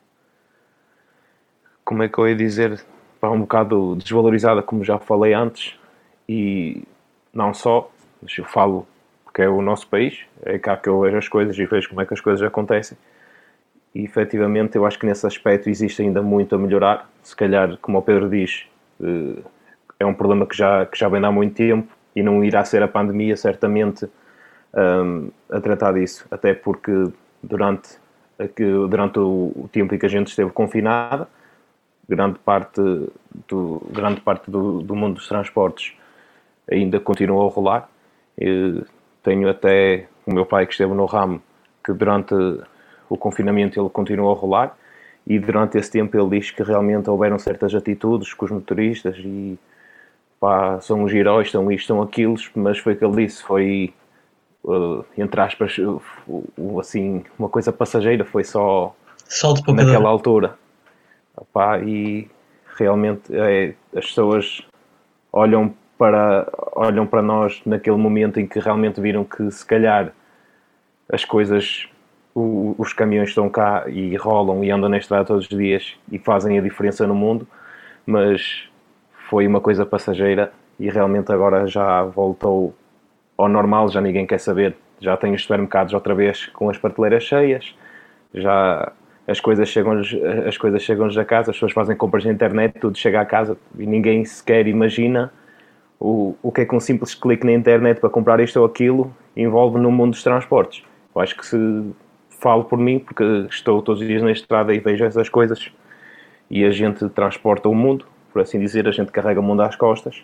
como é que eu ia dizer, um bocado desvalorizada, como já falei antes, e não só, mas eu falo porque é o nosso país, é cá que eu vejo as coisas e vejo como é que as coisas acontecem, e efetivamente eu acho que nesse aspecto existe ainda muito a melhorar. Se calhar, como o Pedro diz, é um problema que já, que já vem há muito tempo e não irá ser a pandemia, certamente, Um, a tratar disso, até porque durante, durante o tempo em que a gente esteve confinada, grande parte do, grande parte do, do mundo dos transportes ainda continuou a rolar. Eu tenho até o meu pai, que esteve no ramo, que durante o confinamento ele continuou a rolar, e durante esse tempo ele diz que realmente houveram certas atitudes com os motoristas e pá, são os heróis, são isto, são aquilo, mas foi o que ele disse, foi uh, entre aspas, uh, uh, assim, uma coisa passageira, foi só naquela altura. Pá, e realmente é, as pessoas olham para, olham para nós naquele momento em que realmente viram que se calhar as coisas, o, os caminhões estão cá e rolam e andam na estrada todos os dias e fazem a diferença no mundo, mas foi uma coisa passageira e realmente agora já voltou ao normal, já ninguém quer saber, já tem os supermercados outra vez com as prateleiras cheias, já as coisas chegam-nos, as coisas chegam-nos a casa, as pessoas fazem compras na internet, tudo chega a casa e ninguém sequer imagina o, o que é que um simples clique na internet para comprar isto ou aquilo envolve no mundo dos transportes. Eu acho que se falo por mim, porque estou todos os dias na estrada e vejo essas coisas e a gente transporta o mundo, por assim dizer, a gente carrega o mundo às costas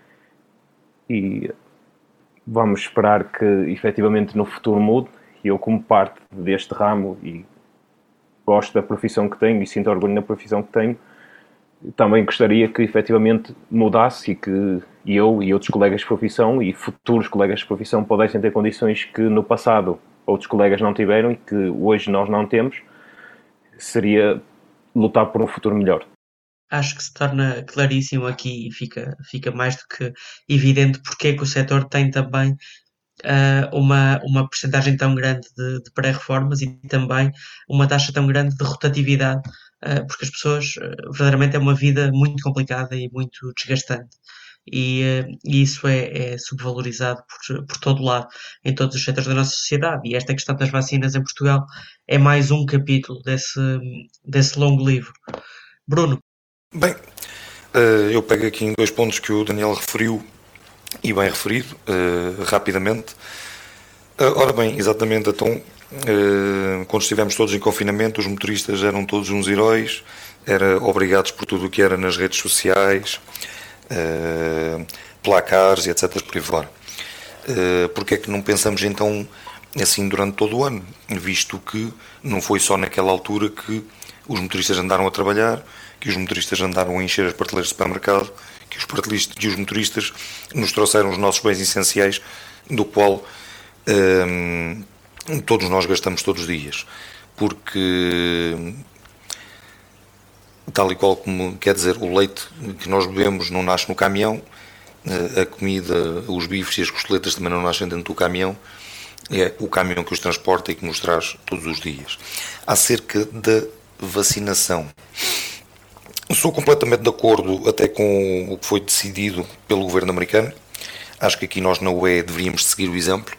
e vamos esperar que efetivamente no futuro mude. E eu, como parte deste ramo e gosto da profissão que tenho e sinto orgulho na profissão que tenho, também gostaria que efetivamente mudasse e que eu e outros colegas de profissão e futuros colegas de profissão pudessem ter condições que no passado outros colegas não tiveram e que hoje nós não temos. Seria lutar por um futuro melhor. Acho que se torna claríssimo aqui e fica, fica mais do que evidente porque é que o setor tem também uh, uma, uma percentagem tão grande de, de pré-reformas e também uma taxa tão grande de rotatividade, uh, porque as pessoas, uh, verdadeiramente é uma vida muito complicada e muito desgastante. E, uh, e isso é, é subvalorizado por, por todo lado, em todos os setores da nossa sociedade. E esta questão das vacinas em Portugal é mais um capítulo desse, desse longo livro. Bruno. Bem, eu pego aqui em dois pontos que o Daniel referiu e bem referido, rapidamente. Ora bem, exatamente, então, quando estivemos todos em confinamento, os motoristas eram todos uns heróis, eram obrigados por tudo o que era nas redes sociais, placares e etcétera por aí fora. Porque é que não pensamos então assim durante todo o ano, visto que não foi só naquela altura que os motoristas andaram a trabalhar, que os motoristas andaram a encher as prateleiras de supermercado, que os, que os motoristas nos trouxeram os nossos bens essenciais, do qual hum, todos nós gastamos todos os dias. Porque, tal e qual como quer dizer, o leite que nós bebemos não nasce no caminhão, a comida, os bifes e as costeletas também não nascem dentro do caminhão, é o caminhão que os transporta e que nos traz todos os dias. Acerca da vacinação, sou completamente de acordo até com o que foi decidido pelo governo americano. Acho que aqui nós na U E deveríamos seguir o exemplo,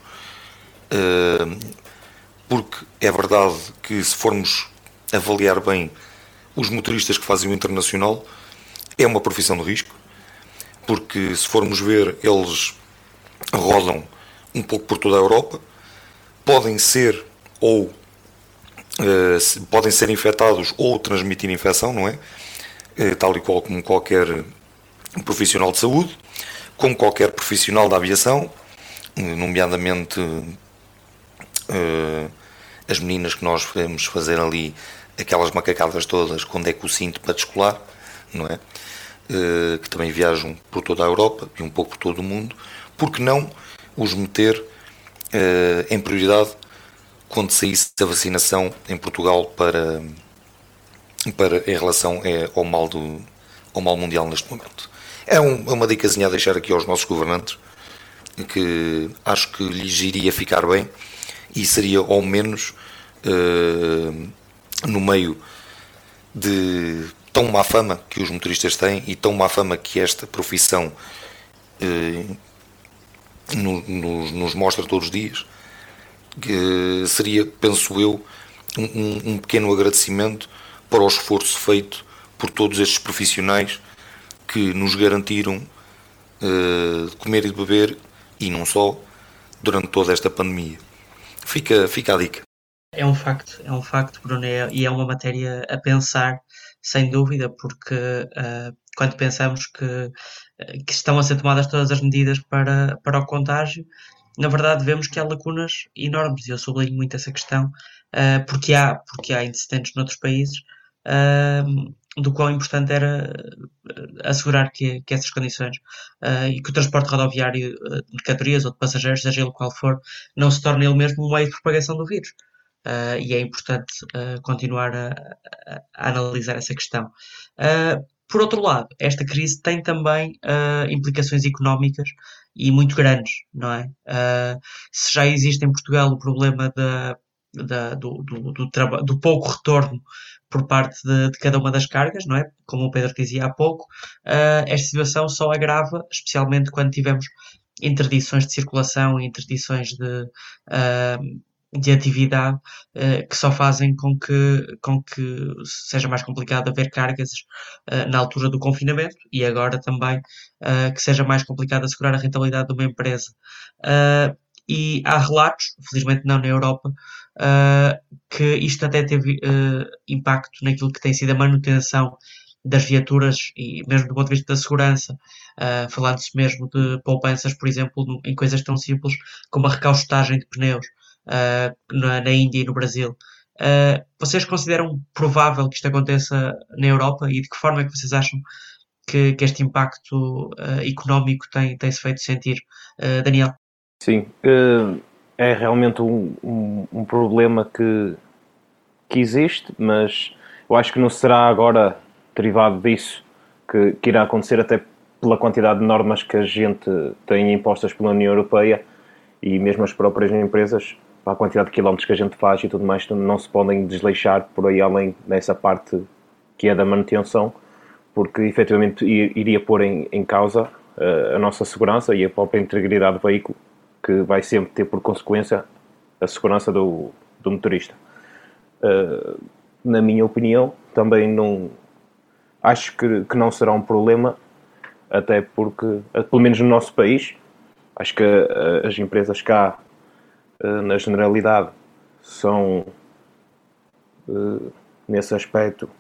porque é verdade que se formos avaliar bem os motoristas que fazem o internacional, é uma profissão de risco, porque se formos ver, eles rodam um pouco por toda a Europa, podem ser ou uh, podem ser infectados ou transmitir infecção, não é? Uh, tal e qual como qualquer profissional de saúde, como qualquer profissional da aviação, nomeadamente uh, as meninas que nós vamos fazer ali aquelas macacadas todas quando é que o cinto para descolar, não é? Uh, que também viajam por toda a Europa e um pouco por todo o mundo, porque não os meter Uh, em prioridade quando saísse da vacinação em Portugal para, para em relação é, ao, mal do, ao mal mundial neste momento. É um, uma dicasinha a deixar aqui aos nossos governantes, que acho que lhes iria ficar bem e seria ao menos uh, no meio de tão má fama que os motoristas têm e tão má fama que esta profissão uh, Nos, nos mostra todos os dias, que seria, penso eu, um, um pequeno agradecimento para o esforço feito por todos estes profissionais que nos garantiram uh, comer e beber, e não só, durante toda esta pandemia. Fica, fica a dica. É um facto, é um facto, Bruno, e é uma matéria a pensar, sem dúvida, porque uh, quando pensamos que, que estão a ser tomadas todas as medidas para, para o contágio, na verdade vemos que há lacunas enormes, e eu sublinho muito essa questão, uh, porque, há, porque há antecedentes noutros países, uh, do qual importante era assegurar que, que essas condições uh, e que o transporte rodoviário de mercadorias ou de passageiros, seja ele qual for, não se torne ele mesmo um meio de propagação do vírus. Uh, e é importante uh, continuar a, a, a analisar essa questão. Uh, por outro lado, esta crise tem também uh, implicações económicas e muito grandes, não é? Uh, se já existe em Portugal o problema da, da, do, do, do, traba- do pouco retorno por parte de, de cada uma das cargas, não é? Como o Pedro dizia há pouco, uh, esta situação só agrava, especialmente quando tivemos interdições de circulação e interdições de, uh, de atividade, uh, que só fazem com que, com que seja mais complicado haver cargas uh, na altura do confinamento, e agora também uh, que seja mais complicado assegurar a rentabilidade de uma empresa. Uh, e há relatos, felizmente não na Europa, uh, que isto até teve uh, impacto naquilo que tem sido a manutenção das viaturas e mesmo do ponto de vista da segurança, uh, falando-se mesmo de poupanças, por exemplo, no, em coisas tão simples como a recaustagem de pneus uh, na, na Índia e no Brasil. Uh, vocês consideram provável que isto aconteça na Europa, e de que forma é que vocês acham que, que este impacto uh, económico tem, tem-se feito sentir? Uh, Daniel? Sim, é realmente um, um, um problema que, que existe, mas eu acho que não será agora derivado disso que, que irá acontecer, até pela quantidade de normas que a gente tem impostas pela União Europeia e mesmo as próprias empresas, para a quantidade de quilómetros que a gente faz e tudo mais, não se podem desleixar por aí além dessa parte que é da manutenção, porque efetivamente iria pôr em, em causa a nossa segurança e a própria integridade do veículo, que vai sempre ter por consequência a segurança do, do motorista. Uh, na minha opinião, também não acho que, que não será um problema, até porque, pelo menos no nosso país, acho que uh, as empresas cá, uh, na generalidade, são, uh, nesse aspecto,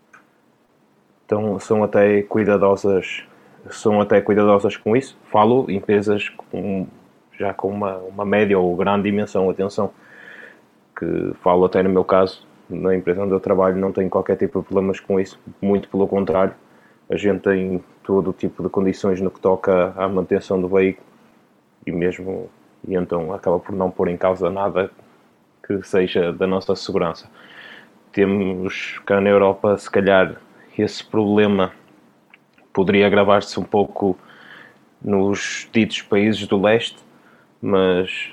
tão, são até cuidadosas, são até cuidadosas com isso. Falo empresas com já com uma, uma média ou grande dimensão, atenção, que falo até no meu caso, na empresa onde eu trabalho, não tenho qualquer tipo de problemas com isso, muito pelo contrário, a gente tem todo o tipo de condições no que toca à manutenção do veículo, e mesmo, e então acaba por não pôr em causa nada que seja da nossa segurança. Temos cá na Europa, se calhar, esse problema poderia agravar-se um pouco nos ditos países do leste, mas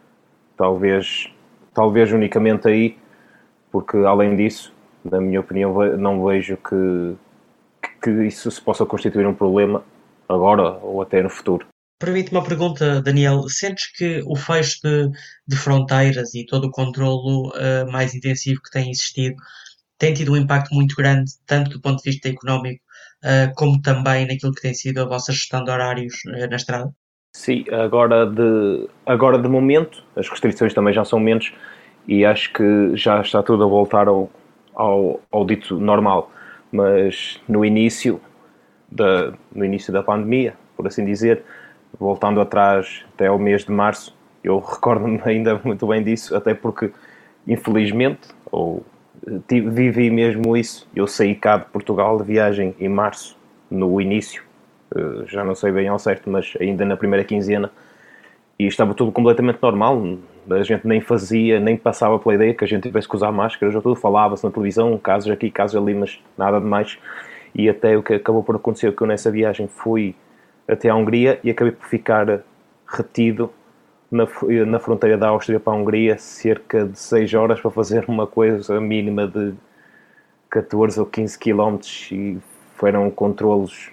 talvez, talvez unicamente aí, porque além disso, na minha opinião, não vejo que, que isso se possa constituir um problema agora ou até no futuro. Permite-me uma pergunta, Daniel. Sentes que o fecho de, de fronteiras e todo o controlo uh, mais intensivo que tem existido tem tido um impacto muito grande, tanto do ponto de vista económico, uh, como também naquilo que tem sido a vossa gestão de horários uh, na estrada? Sim, agora de, agora de momento as restrições também já são menos e acho que já está tudo a voltar ao, ao, ao dito normal, mas no início, da, no início da pandemia, por assim dizer, voltando atrás até ao mês de março, eu recordo-me ainda muito bem disso, até porque infelizmente, ou vivi mesmo isso, eu saí cá de Portugal de viagem em março, no início, já não sei bem ao certo, mas ainda na primeira quinzena, e estava tudo completamente normal, a gente nem fazia, nem passava pela ideia que a gente tivesse que usar máscaras, ou tudo, falava-se na televisão, casos aqui, casos ali, mas nada de mais, e até o que acabou por acontecer, que eu nessa viagem fui até à Hungria e acabei por ficar retido na, na fronteira da Áustria para a Hungria cerca de seis horas para fazer uma coisa mínima de catorze ou quinze quilómetros, e foram controlos.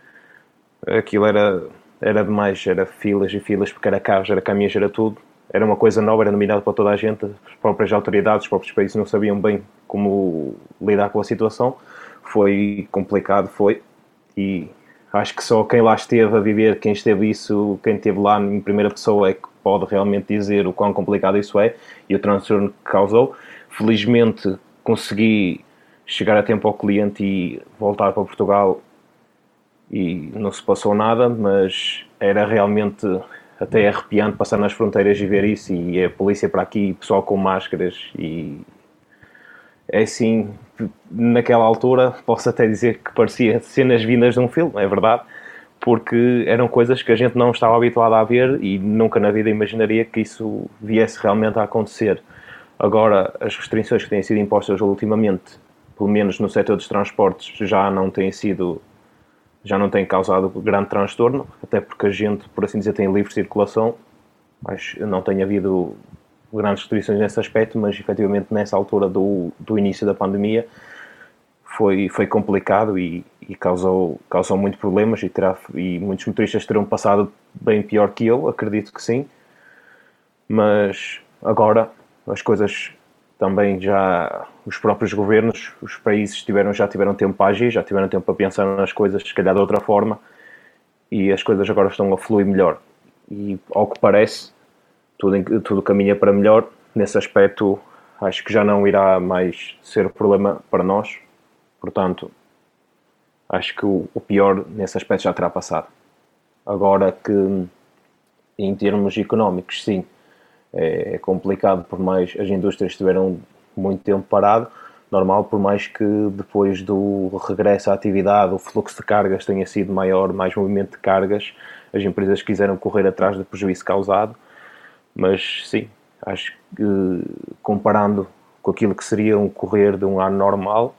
Aquilo era, era demais, era filas e filas, porque era carros, era caminhões, era tudo. Era uma coisa nova, era nominado para toda a gente, as próprias autoridades, os próprios países não sabiam bem como lidar com a situação. Foi complicado, foi. E acho que só quem lá esteve a viver, quem esteve isso, quem esteve lá em primeira pessoa é que pode realmente dizer o quão complicado isso é e o transtorno que causou. Felizmente consegui chegar a tempo ao cliente e voltar para Portugal e não se passou nada, mas era realmente até é arrepiante passar nas fronteiras e ver isso, e a polícia para aqui, pessoal com máscaras, e é assim, naquela altura posso até dizer que parecia cenas vindas de um filme, é verdade, porque eram coisas que a gente não estava habituado a ver e nunca na vida imaginaria que isso viesse realmente a acontecer. Agora, as restrições que têm sido impostas ultimamente, pelo menos no setor dos transportes, já não têm sido, já não têm causado grande transtorno, até porque a gente, por assim dizer, tem livre circulação, mas não tem havido grandes restrições nesse aspecto, mas efetivamente nessa altura do, do início da pandemia foi, foi complicado e, e causou, causou muitos problemas e, terá, e muitos motoristas terão passado bem pior que eu, acredito que sim, mas agora as coisas também já, os próprios governos, os países tiveram, já tiveram tempo para agir, já tiveram tempo para pensar nas coisas, se calhar de outra forma, e as coisas agora estão a fluir melhor. E ao que parece, tudo, tudo caminha para melhor. Nesse aspecto, acho que já não irá mais ser problema para nós. Portanto, acho que o, o pior nesse aspecto já terá passado. Agora que, em termos económicos, sim, é complicado, por mais as indústrias estiveram muito tempo parado, normal, por mais que depois do regresso à atividade o fluxo de cargas tenha sido maior, mais movimento de cargas, as empresas quiseram correr atrás do prejuízo causado, mas sim, acho que comparando com aquilo que seria um correr de um ano normal,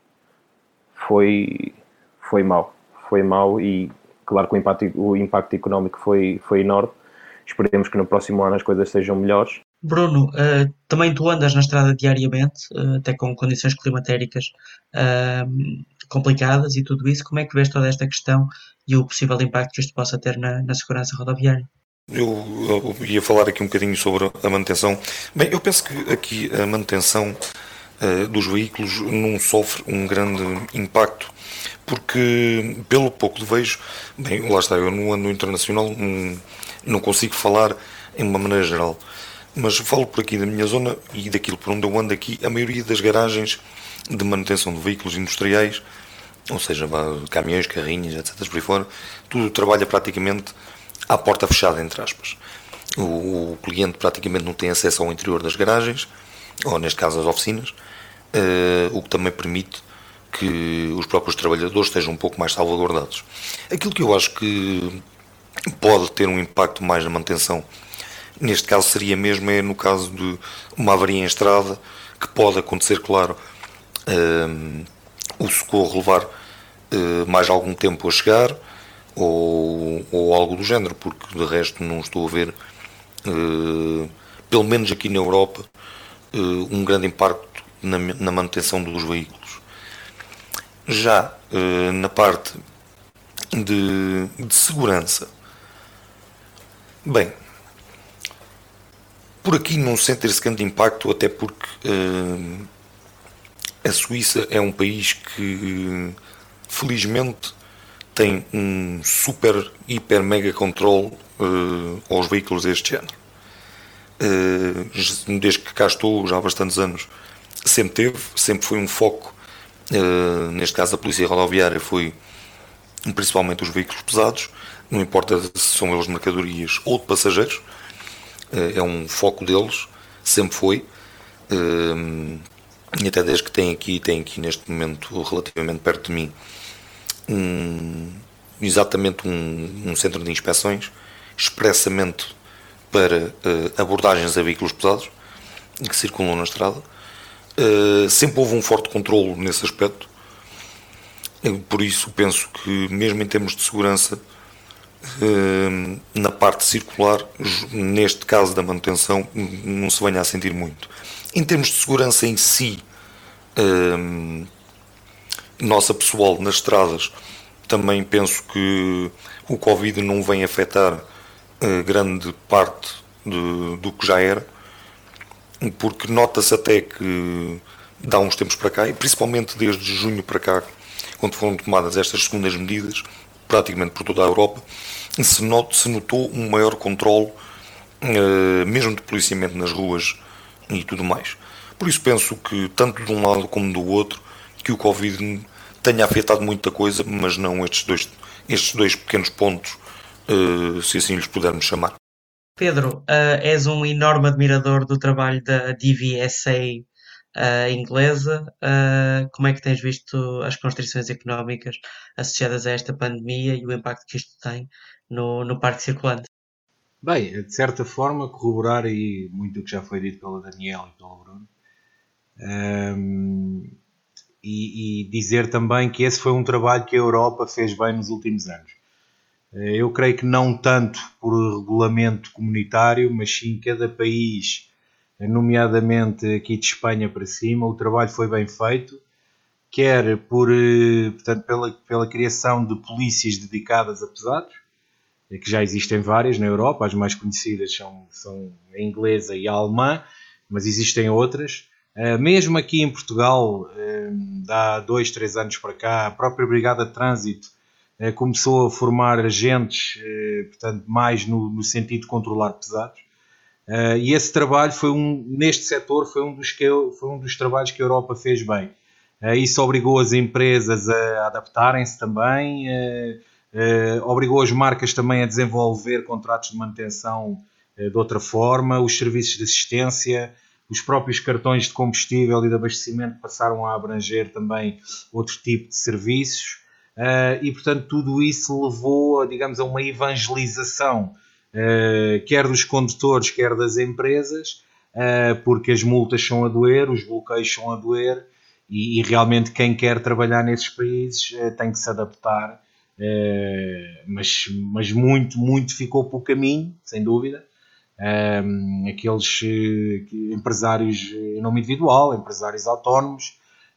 foi, foi mau, foi mau e claro que o impacto, o impacto económico foi, foi enorme. Esperemos que no próximo ano as coisas sejam melhores. Bruno, uh, também tu andas na estrada diariamente, uh, até com condições climatéricas uh, complicadas e tudo isso. Como é que vês toda esta questão e o possível impacto que isto possa ter na, na segurança rodoviária? Eu, eu ia falar aqui um bocadinho sobre a manutenção. Bem, eu penso que aqui a manutenção uh, dos veículos não sofre um grande impacto, porque pelo pouco que vejo, bem, lá está, eu no ano internacional um, não consigo falar em uma maneira geral, mas falo por aqui da minha zona e daquilo por onde eu ando aqui, a maioria das garagens de manutenção de veículos industriais, ou seja, caminhões, carrinhos, etcétera, por aí fora, tudo trabalha praticamente à porta fechada, entre aspas. O, o cliente praticamente não tem acesso ao interior das garagens, ou neste caso as oficinas, uh, o que também permite que os próprios trabalhadores estejam um pouco mais salvaguardados. Aquilo que eu acho que pode ter um impacto mais na manutenção, neste caso seria mesmo é no caso de uma avaria em estrada, que pode acontecer, claro, um, o socorro levar uh, mais algum tempo a chegar, ou, ou algo do género, porque de resto não estou a ver, uh, pelo menos aqui na Europa, uh, um grande impacto na, na manutenção dos veículos. Já uh, na parte de, de segurança, bem, por aqui não sente esse grande impacto, até porque uh, a Suíça é um país que, felizmente, tem um super, hiper, mega controle uh, aos veículos deste género. Uh, desde que cá estou, já há bastantes anos, sempre teve, sempre foi um foco, uh, neste caso a polícia rodoviária foi principalmente os veículos pesados, não importa se são eles de mercadorias ou de passageiros, é um foco deles, sempre foi, e até desde que tem aqui, tem aqui neste momento relativamente perto de mim um, exatamente um, um centro de inspeções expressamente para abordagens a veículos pesados que circulam na estrada. Sempre houve um forte controlo nesse aspecto, por isso penso que mesmo em termos de segurança, na parte circular, neste caso da manutenção, não se venha a sentir muito. Em termos de segurança em si, nossa pessoal nas estradas, também penso que o Covid não vem afetar grande parte de, do que já era, porque nota-se até que dá uns tempos para cá, e principalmente desde junho para cá, quando foram tomadas estas segundas medidas, praticamente por toda a Europa, se, not, se notou um maior controle, uh, mesmo de policiamento nas ruas e tudo mais. Por isso penso que, tanto de um lado como do outro, que o Covid tenha afetado muita coisa, mas não estes dois, estes dois pequenos pontos, uh, se assim lhes pudermos chamar. Pedro, uh, és um enorme admirador do trabalho da D V S A uh, inglesa. Uh, como é que tens visto as constrições económicas associadas a esta pandemia e o impacto que isto tem no, no parque circulante? Bem, de certa forma, corroborar aí muito o que já foi dito pelo Daniel e pelo Bruno. Um, e, e dizer também que esse foi um trabalho que a Europa fez bem nos últimos anos. Eu creio que não tanto por regulamento comunitário, mas sim cada país, nomeadamente aqui de Espanha para cima, o trabalho foi bem feito, quer por, portanto, pela, pela criação de polícias dedicadas a pesados, que já existem várias na Europa, as mais conhecidas são, são a inglesa e a alemã, mas existem outras. Mesmo aqui em Portugal, há dois, três anos para cá, a própria Brigada de Trânsito começou a formar agentes, portanto, mais no, no sentido de controlar pesados. E esse trabalho foi um, neste setor, foi um dos, que eu, foi um dos trabalhos que a Europa fez bem. Isso obrigou as empresas a adaptarem-se também, obrigou as marcas também a desenvolver contratos de manutenção de outra forma, os serviços de assistência, os próprios cartões de combustível e de abastecimento passaram a abranger também outro tipo de serviços. Uh, e, portanto, tudo isso levou, digamos, a uma evangelização, uh, quer dos condutores, quer das empresas, uh, porque as multas são a doer, os bloqueios são a doer, e, e realmente quem quer trabalhar nesses países uh, tem que se adaptar, uh, mas, mas muito, muito ficou pelo caminho, sem dúvida. Um, aqueles uh, empresários em nome individual, empresários autónomos,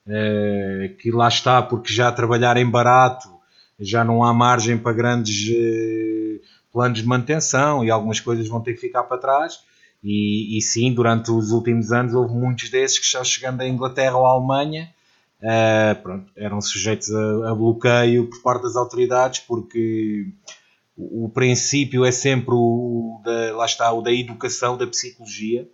Uh, que lá está, porque já trabalhar em barato já não há margem para grandes uh, planos de manutenção e algumas coisas vão ter que ficar para trás e, e sim, durante os últimos anos houve muitos desses que já chegando à Inglaterra ou à Alemanha uh, pronto, eram sujeitos a, a bloqueio por parte das autoridades, porque o, o princípio é sempre o da, lá está, o da educação, da psicologia.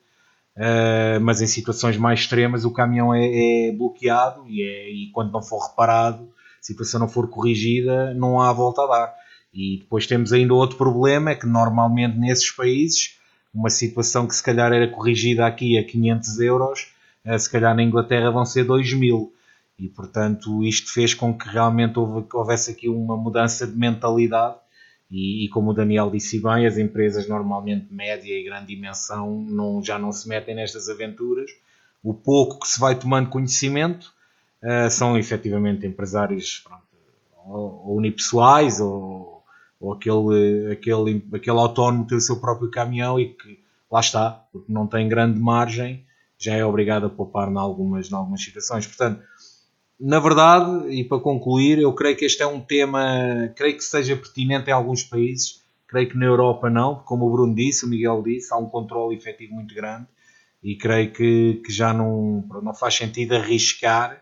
Uh, mas em situações mais extremas o caminhão é, é bloqueado e, é, e quando não for reparado, a situação não for corrigida, não há volta a dar. E depois temos ainda outro problema, é que normalmente nesses países uma situação que se calhar era corrigida aqui a quinhentos euros, uh, se calhar na Inglaterra vão ser dois mil, e portanto isto fez com que realmente houve, houvesse aqui uma mudança de mentalidade. E, e como o Daniel disse bem, as empresas normalmente de média e grande dimensão não, já não se metem nestas aventuras. O pouco que se vai tomando conhecimento uh, são efetivamente empresários, pronto, ou, ou unipessoais ou, ou aquele, aquele, aquele autónomo que tem o seu próprio caminhão e que lá está, porque não tem grande margem, já é obrigado a poupar em algumas, em algumas situações. Portanto, na verdade, e para concluir, eu creio que este é um tema, creio que seja pertinente em alguns países, creio que na Europa não, porque como o Bruno disse, o Miguel disse, há um controle efetivo muito grande e creio que, que já não, não faz sentido arriscar,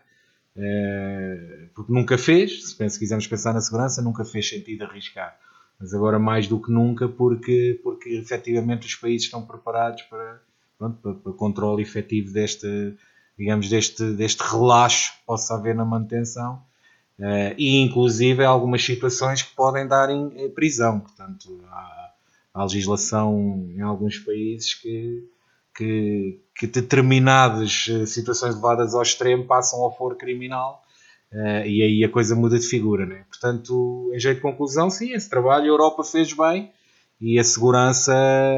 eh, porque nunca fez, se quisermos pensar na segurança, nunca fez sentido arriscar. Mas agora mais do que nunca, porque, porque efetivamente os países estão preparados para, pronto, para, para controle efetivo deste, digamos, deste, deste relaxo que possa haver na manutenção, uh, e inclusive algumas situações que podem dar em, em prisão. Portanto, há, há legislação em alguns países que, que, que determinadas situações levadas ao extremo passam ao foro criminal, uh, e aí a coisa muda de figura, né? Portanto, em jeito de conclusão, sim, esse trabalho a Europa fez bem e a segurança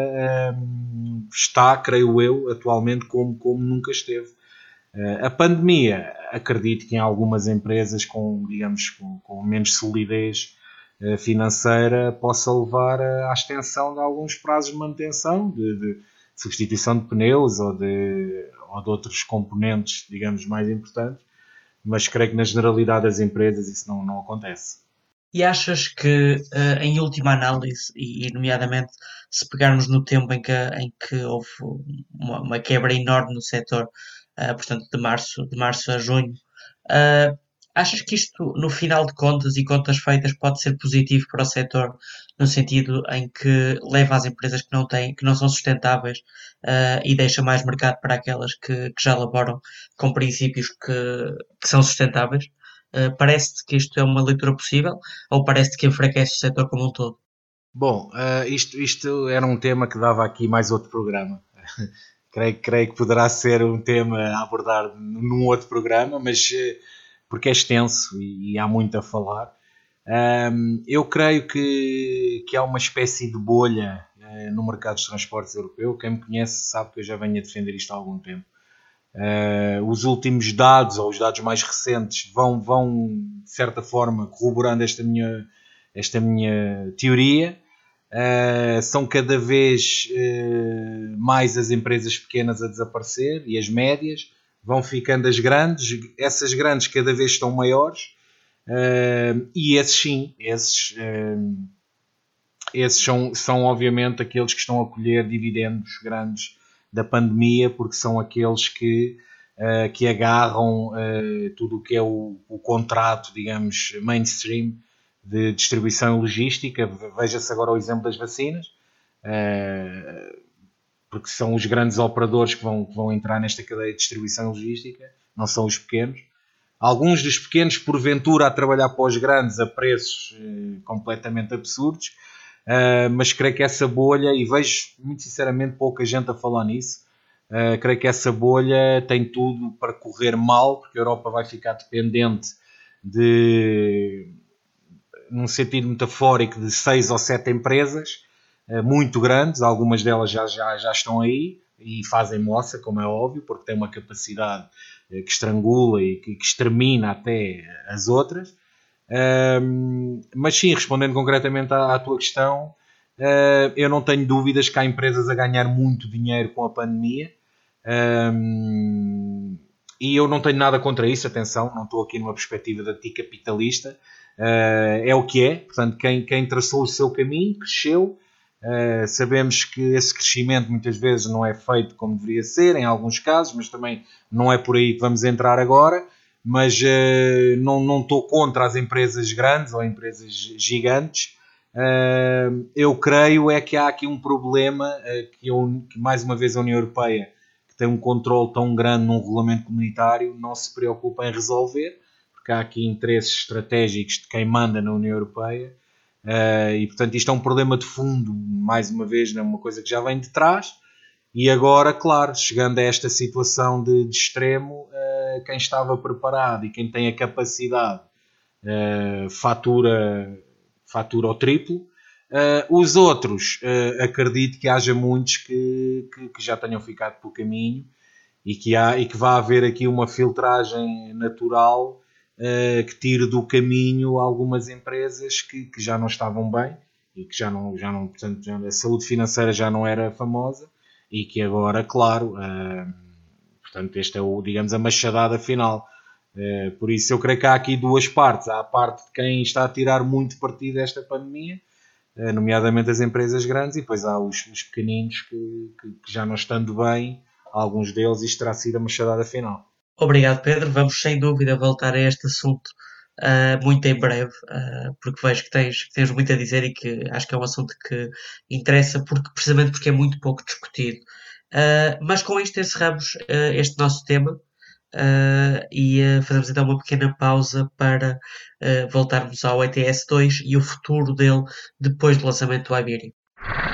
um, está, creio eu, atualmente como, como nunca esteve. A pandemia, acredito que em algumas empresas com, digamos, com, com menos solidez financeira possa levar à extensão de alguns prazos de manutenção, de, de substituição de pneus ou de, ou de outros componentes, digamos, mais importantes, mas creio que na generalidade das empresas isso não, não acontece. E achas que, em última análise, e nomeadamente se pegarmos no tempo em que, em que houve uma, uma quebra enorme no setor, Uh, portanto de março, de março a junho, uh, achas que isto no final de contas e contas feitas pode ser positivo para o setor, no sentido em que leva as empresas que não têm, que não são sustentáveis, uh, e deixa mais mercado para aquelas que, que já elaboram com princípios que, que são sustentáveis? Uh, parece-te que isto é uma leitura possível ou parece-te que enfraquece o setor como um todo? Bom, uh, isto, isto era um tema que dava aqui mais outro programa. creio, creio que poderá ser um tema a abordar num outro programa, mas uh, porque é extenso e, e há muito a falar. Um, eu creio que, que há uma espécie de bolha uh, no mercado de transportes europeu. Quem me conhece sabe que eu já venho a defender isto há algum tempo. Uh, os últimos dados, ou os dados mais recentes, vão, vão de certa forma corroborando esta minha, esta minha teoria. Uh, são cada vez uh, mais as empresas pequenas a desaparecer e as médias, vão ficando as grandes, essas grandes cada vez estão maiores, uh, e esses sim, esses, uh, esses são, são obviamente aqueles que estão a colher dividendos grandes da pandemia, porque são aqueles que, uh, que agarram uh, tudo o que é o, o contrato, digamos, mainstream de distribuição e logística. Veja-se agora o exemplo das vacinas, uh, porque são os grandes operadores que vão, que vão entrar nesta cadeia de distribuição e logística, não são os pequenos. Alguns dos pequenos, porventura, a trabalhar para os grandes a preços uh, completamente absurdos. Uh, mas creio que essa bolha, e vejo muito sinceramente pouca gente a falar nisso, uh, creio que essa bolha tem tudo para correr mal, porque a Europa vai ficar dependente de, num sentido metafórico, de seis ou sete empresas uh, muito grandes. Algumas delas já, já, já estão aí e fazem moça, como é óbvio, porque têm uma capacidade uh, que estrangula e que, que extermina até as outras. Um, mas sim, respondendo concretamente à, à tua questão, uh, eu não tenho dúvidas que há empresas a ganhar muito dinheiro com a pandemia, um, e eu não tenho nada contra isso, atenção, não estou aqui numa perspectiva de anticapitalista, uh, é o que é. Portanto, quem, quem traçou o seu caminho, cresceu, uh, sabemos que esse crescimento muitas vezes não é feito como deveria ser, em alguns casos, mas também não é por aí que vamos entrar agora. Mas uh, não, não estou contra as empresas grandes ou empresas gigantes. Uh, eu creio é que há aqui um problema uh, que, eu, que mais uma vez a União Europeia, que tem um controle tão grande num regulamento comunitário, não se preocupa em resolver, porque há aqui interesses estratégicos de quem manda na União Europeia, uh, e portanto isto é um problema de fundo, mais uma vez, não é uma coisa que já vem de trás. E agora, claro, chegando a esta situação de, de extremo, uh, quem estava preparado e quem tem a capacidade uh, fatura, fatura ao triplo. Uh, os outros, uh, acredito que haja muitos que, que, que já tenham ficado pelo caminho e que, há, e que vai haver aqui uma filtragem natural uh, que tire do caminho algumas empresas que, que já não estavam bem e que já não, já não, portanto, já, a saúde financeira já não era famosa. E que agora, claro, uh, portanto, esta é, o, digamos, a machadada final. Uh, por isso eu creio que há aqui duas partes. Há a parte de quem está a tirar muito partido desta pandemia, uh, nomeadamente as empresas grandes, e depois há os, os pequeninos que, que, que já não estando bem, alguns deles, isto terá sido a machadada final. Obrigado, Pedro. Vamos sem dúvida voltar a este assunto uh, muito em breve, uh, porque vejo que tens, que tens muito a dizer e que acho que é um assunto que interessa, porque, precisamente porque é muito pouco discutido. Uh, mas com isto encerramos uh, este nosso tema uh, e uh, fazemos então uma pequena pausa para uh, voltarmos ao E T S dois e o futuro dele depois do lançamento do Iberian.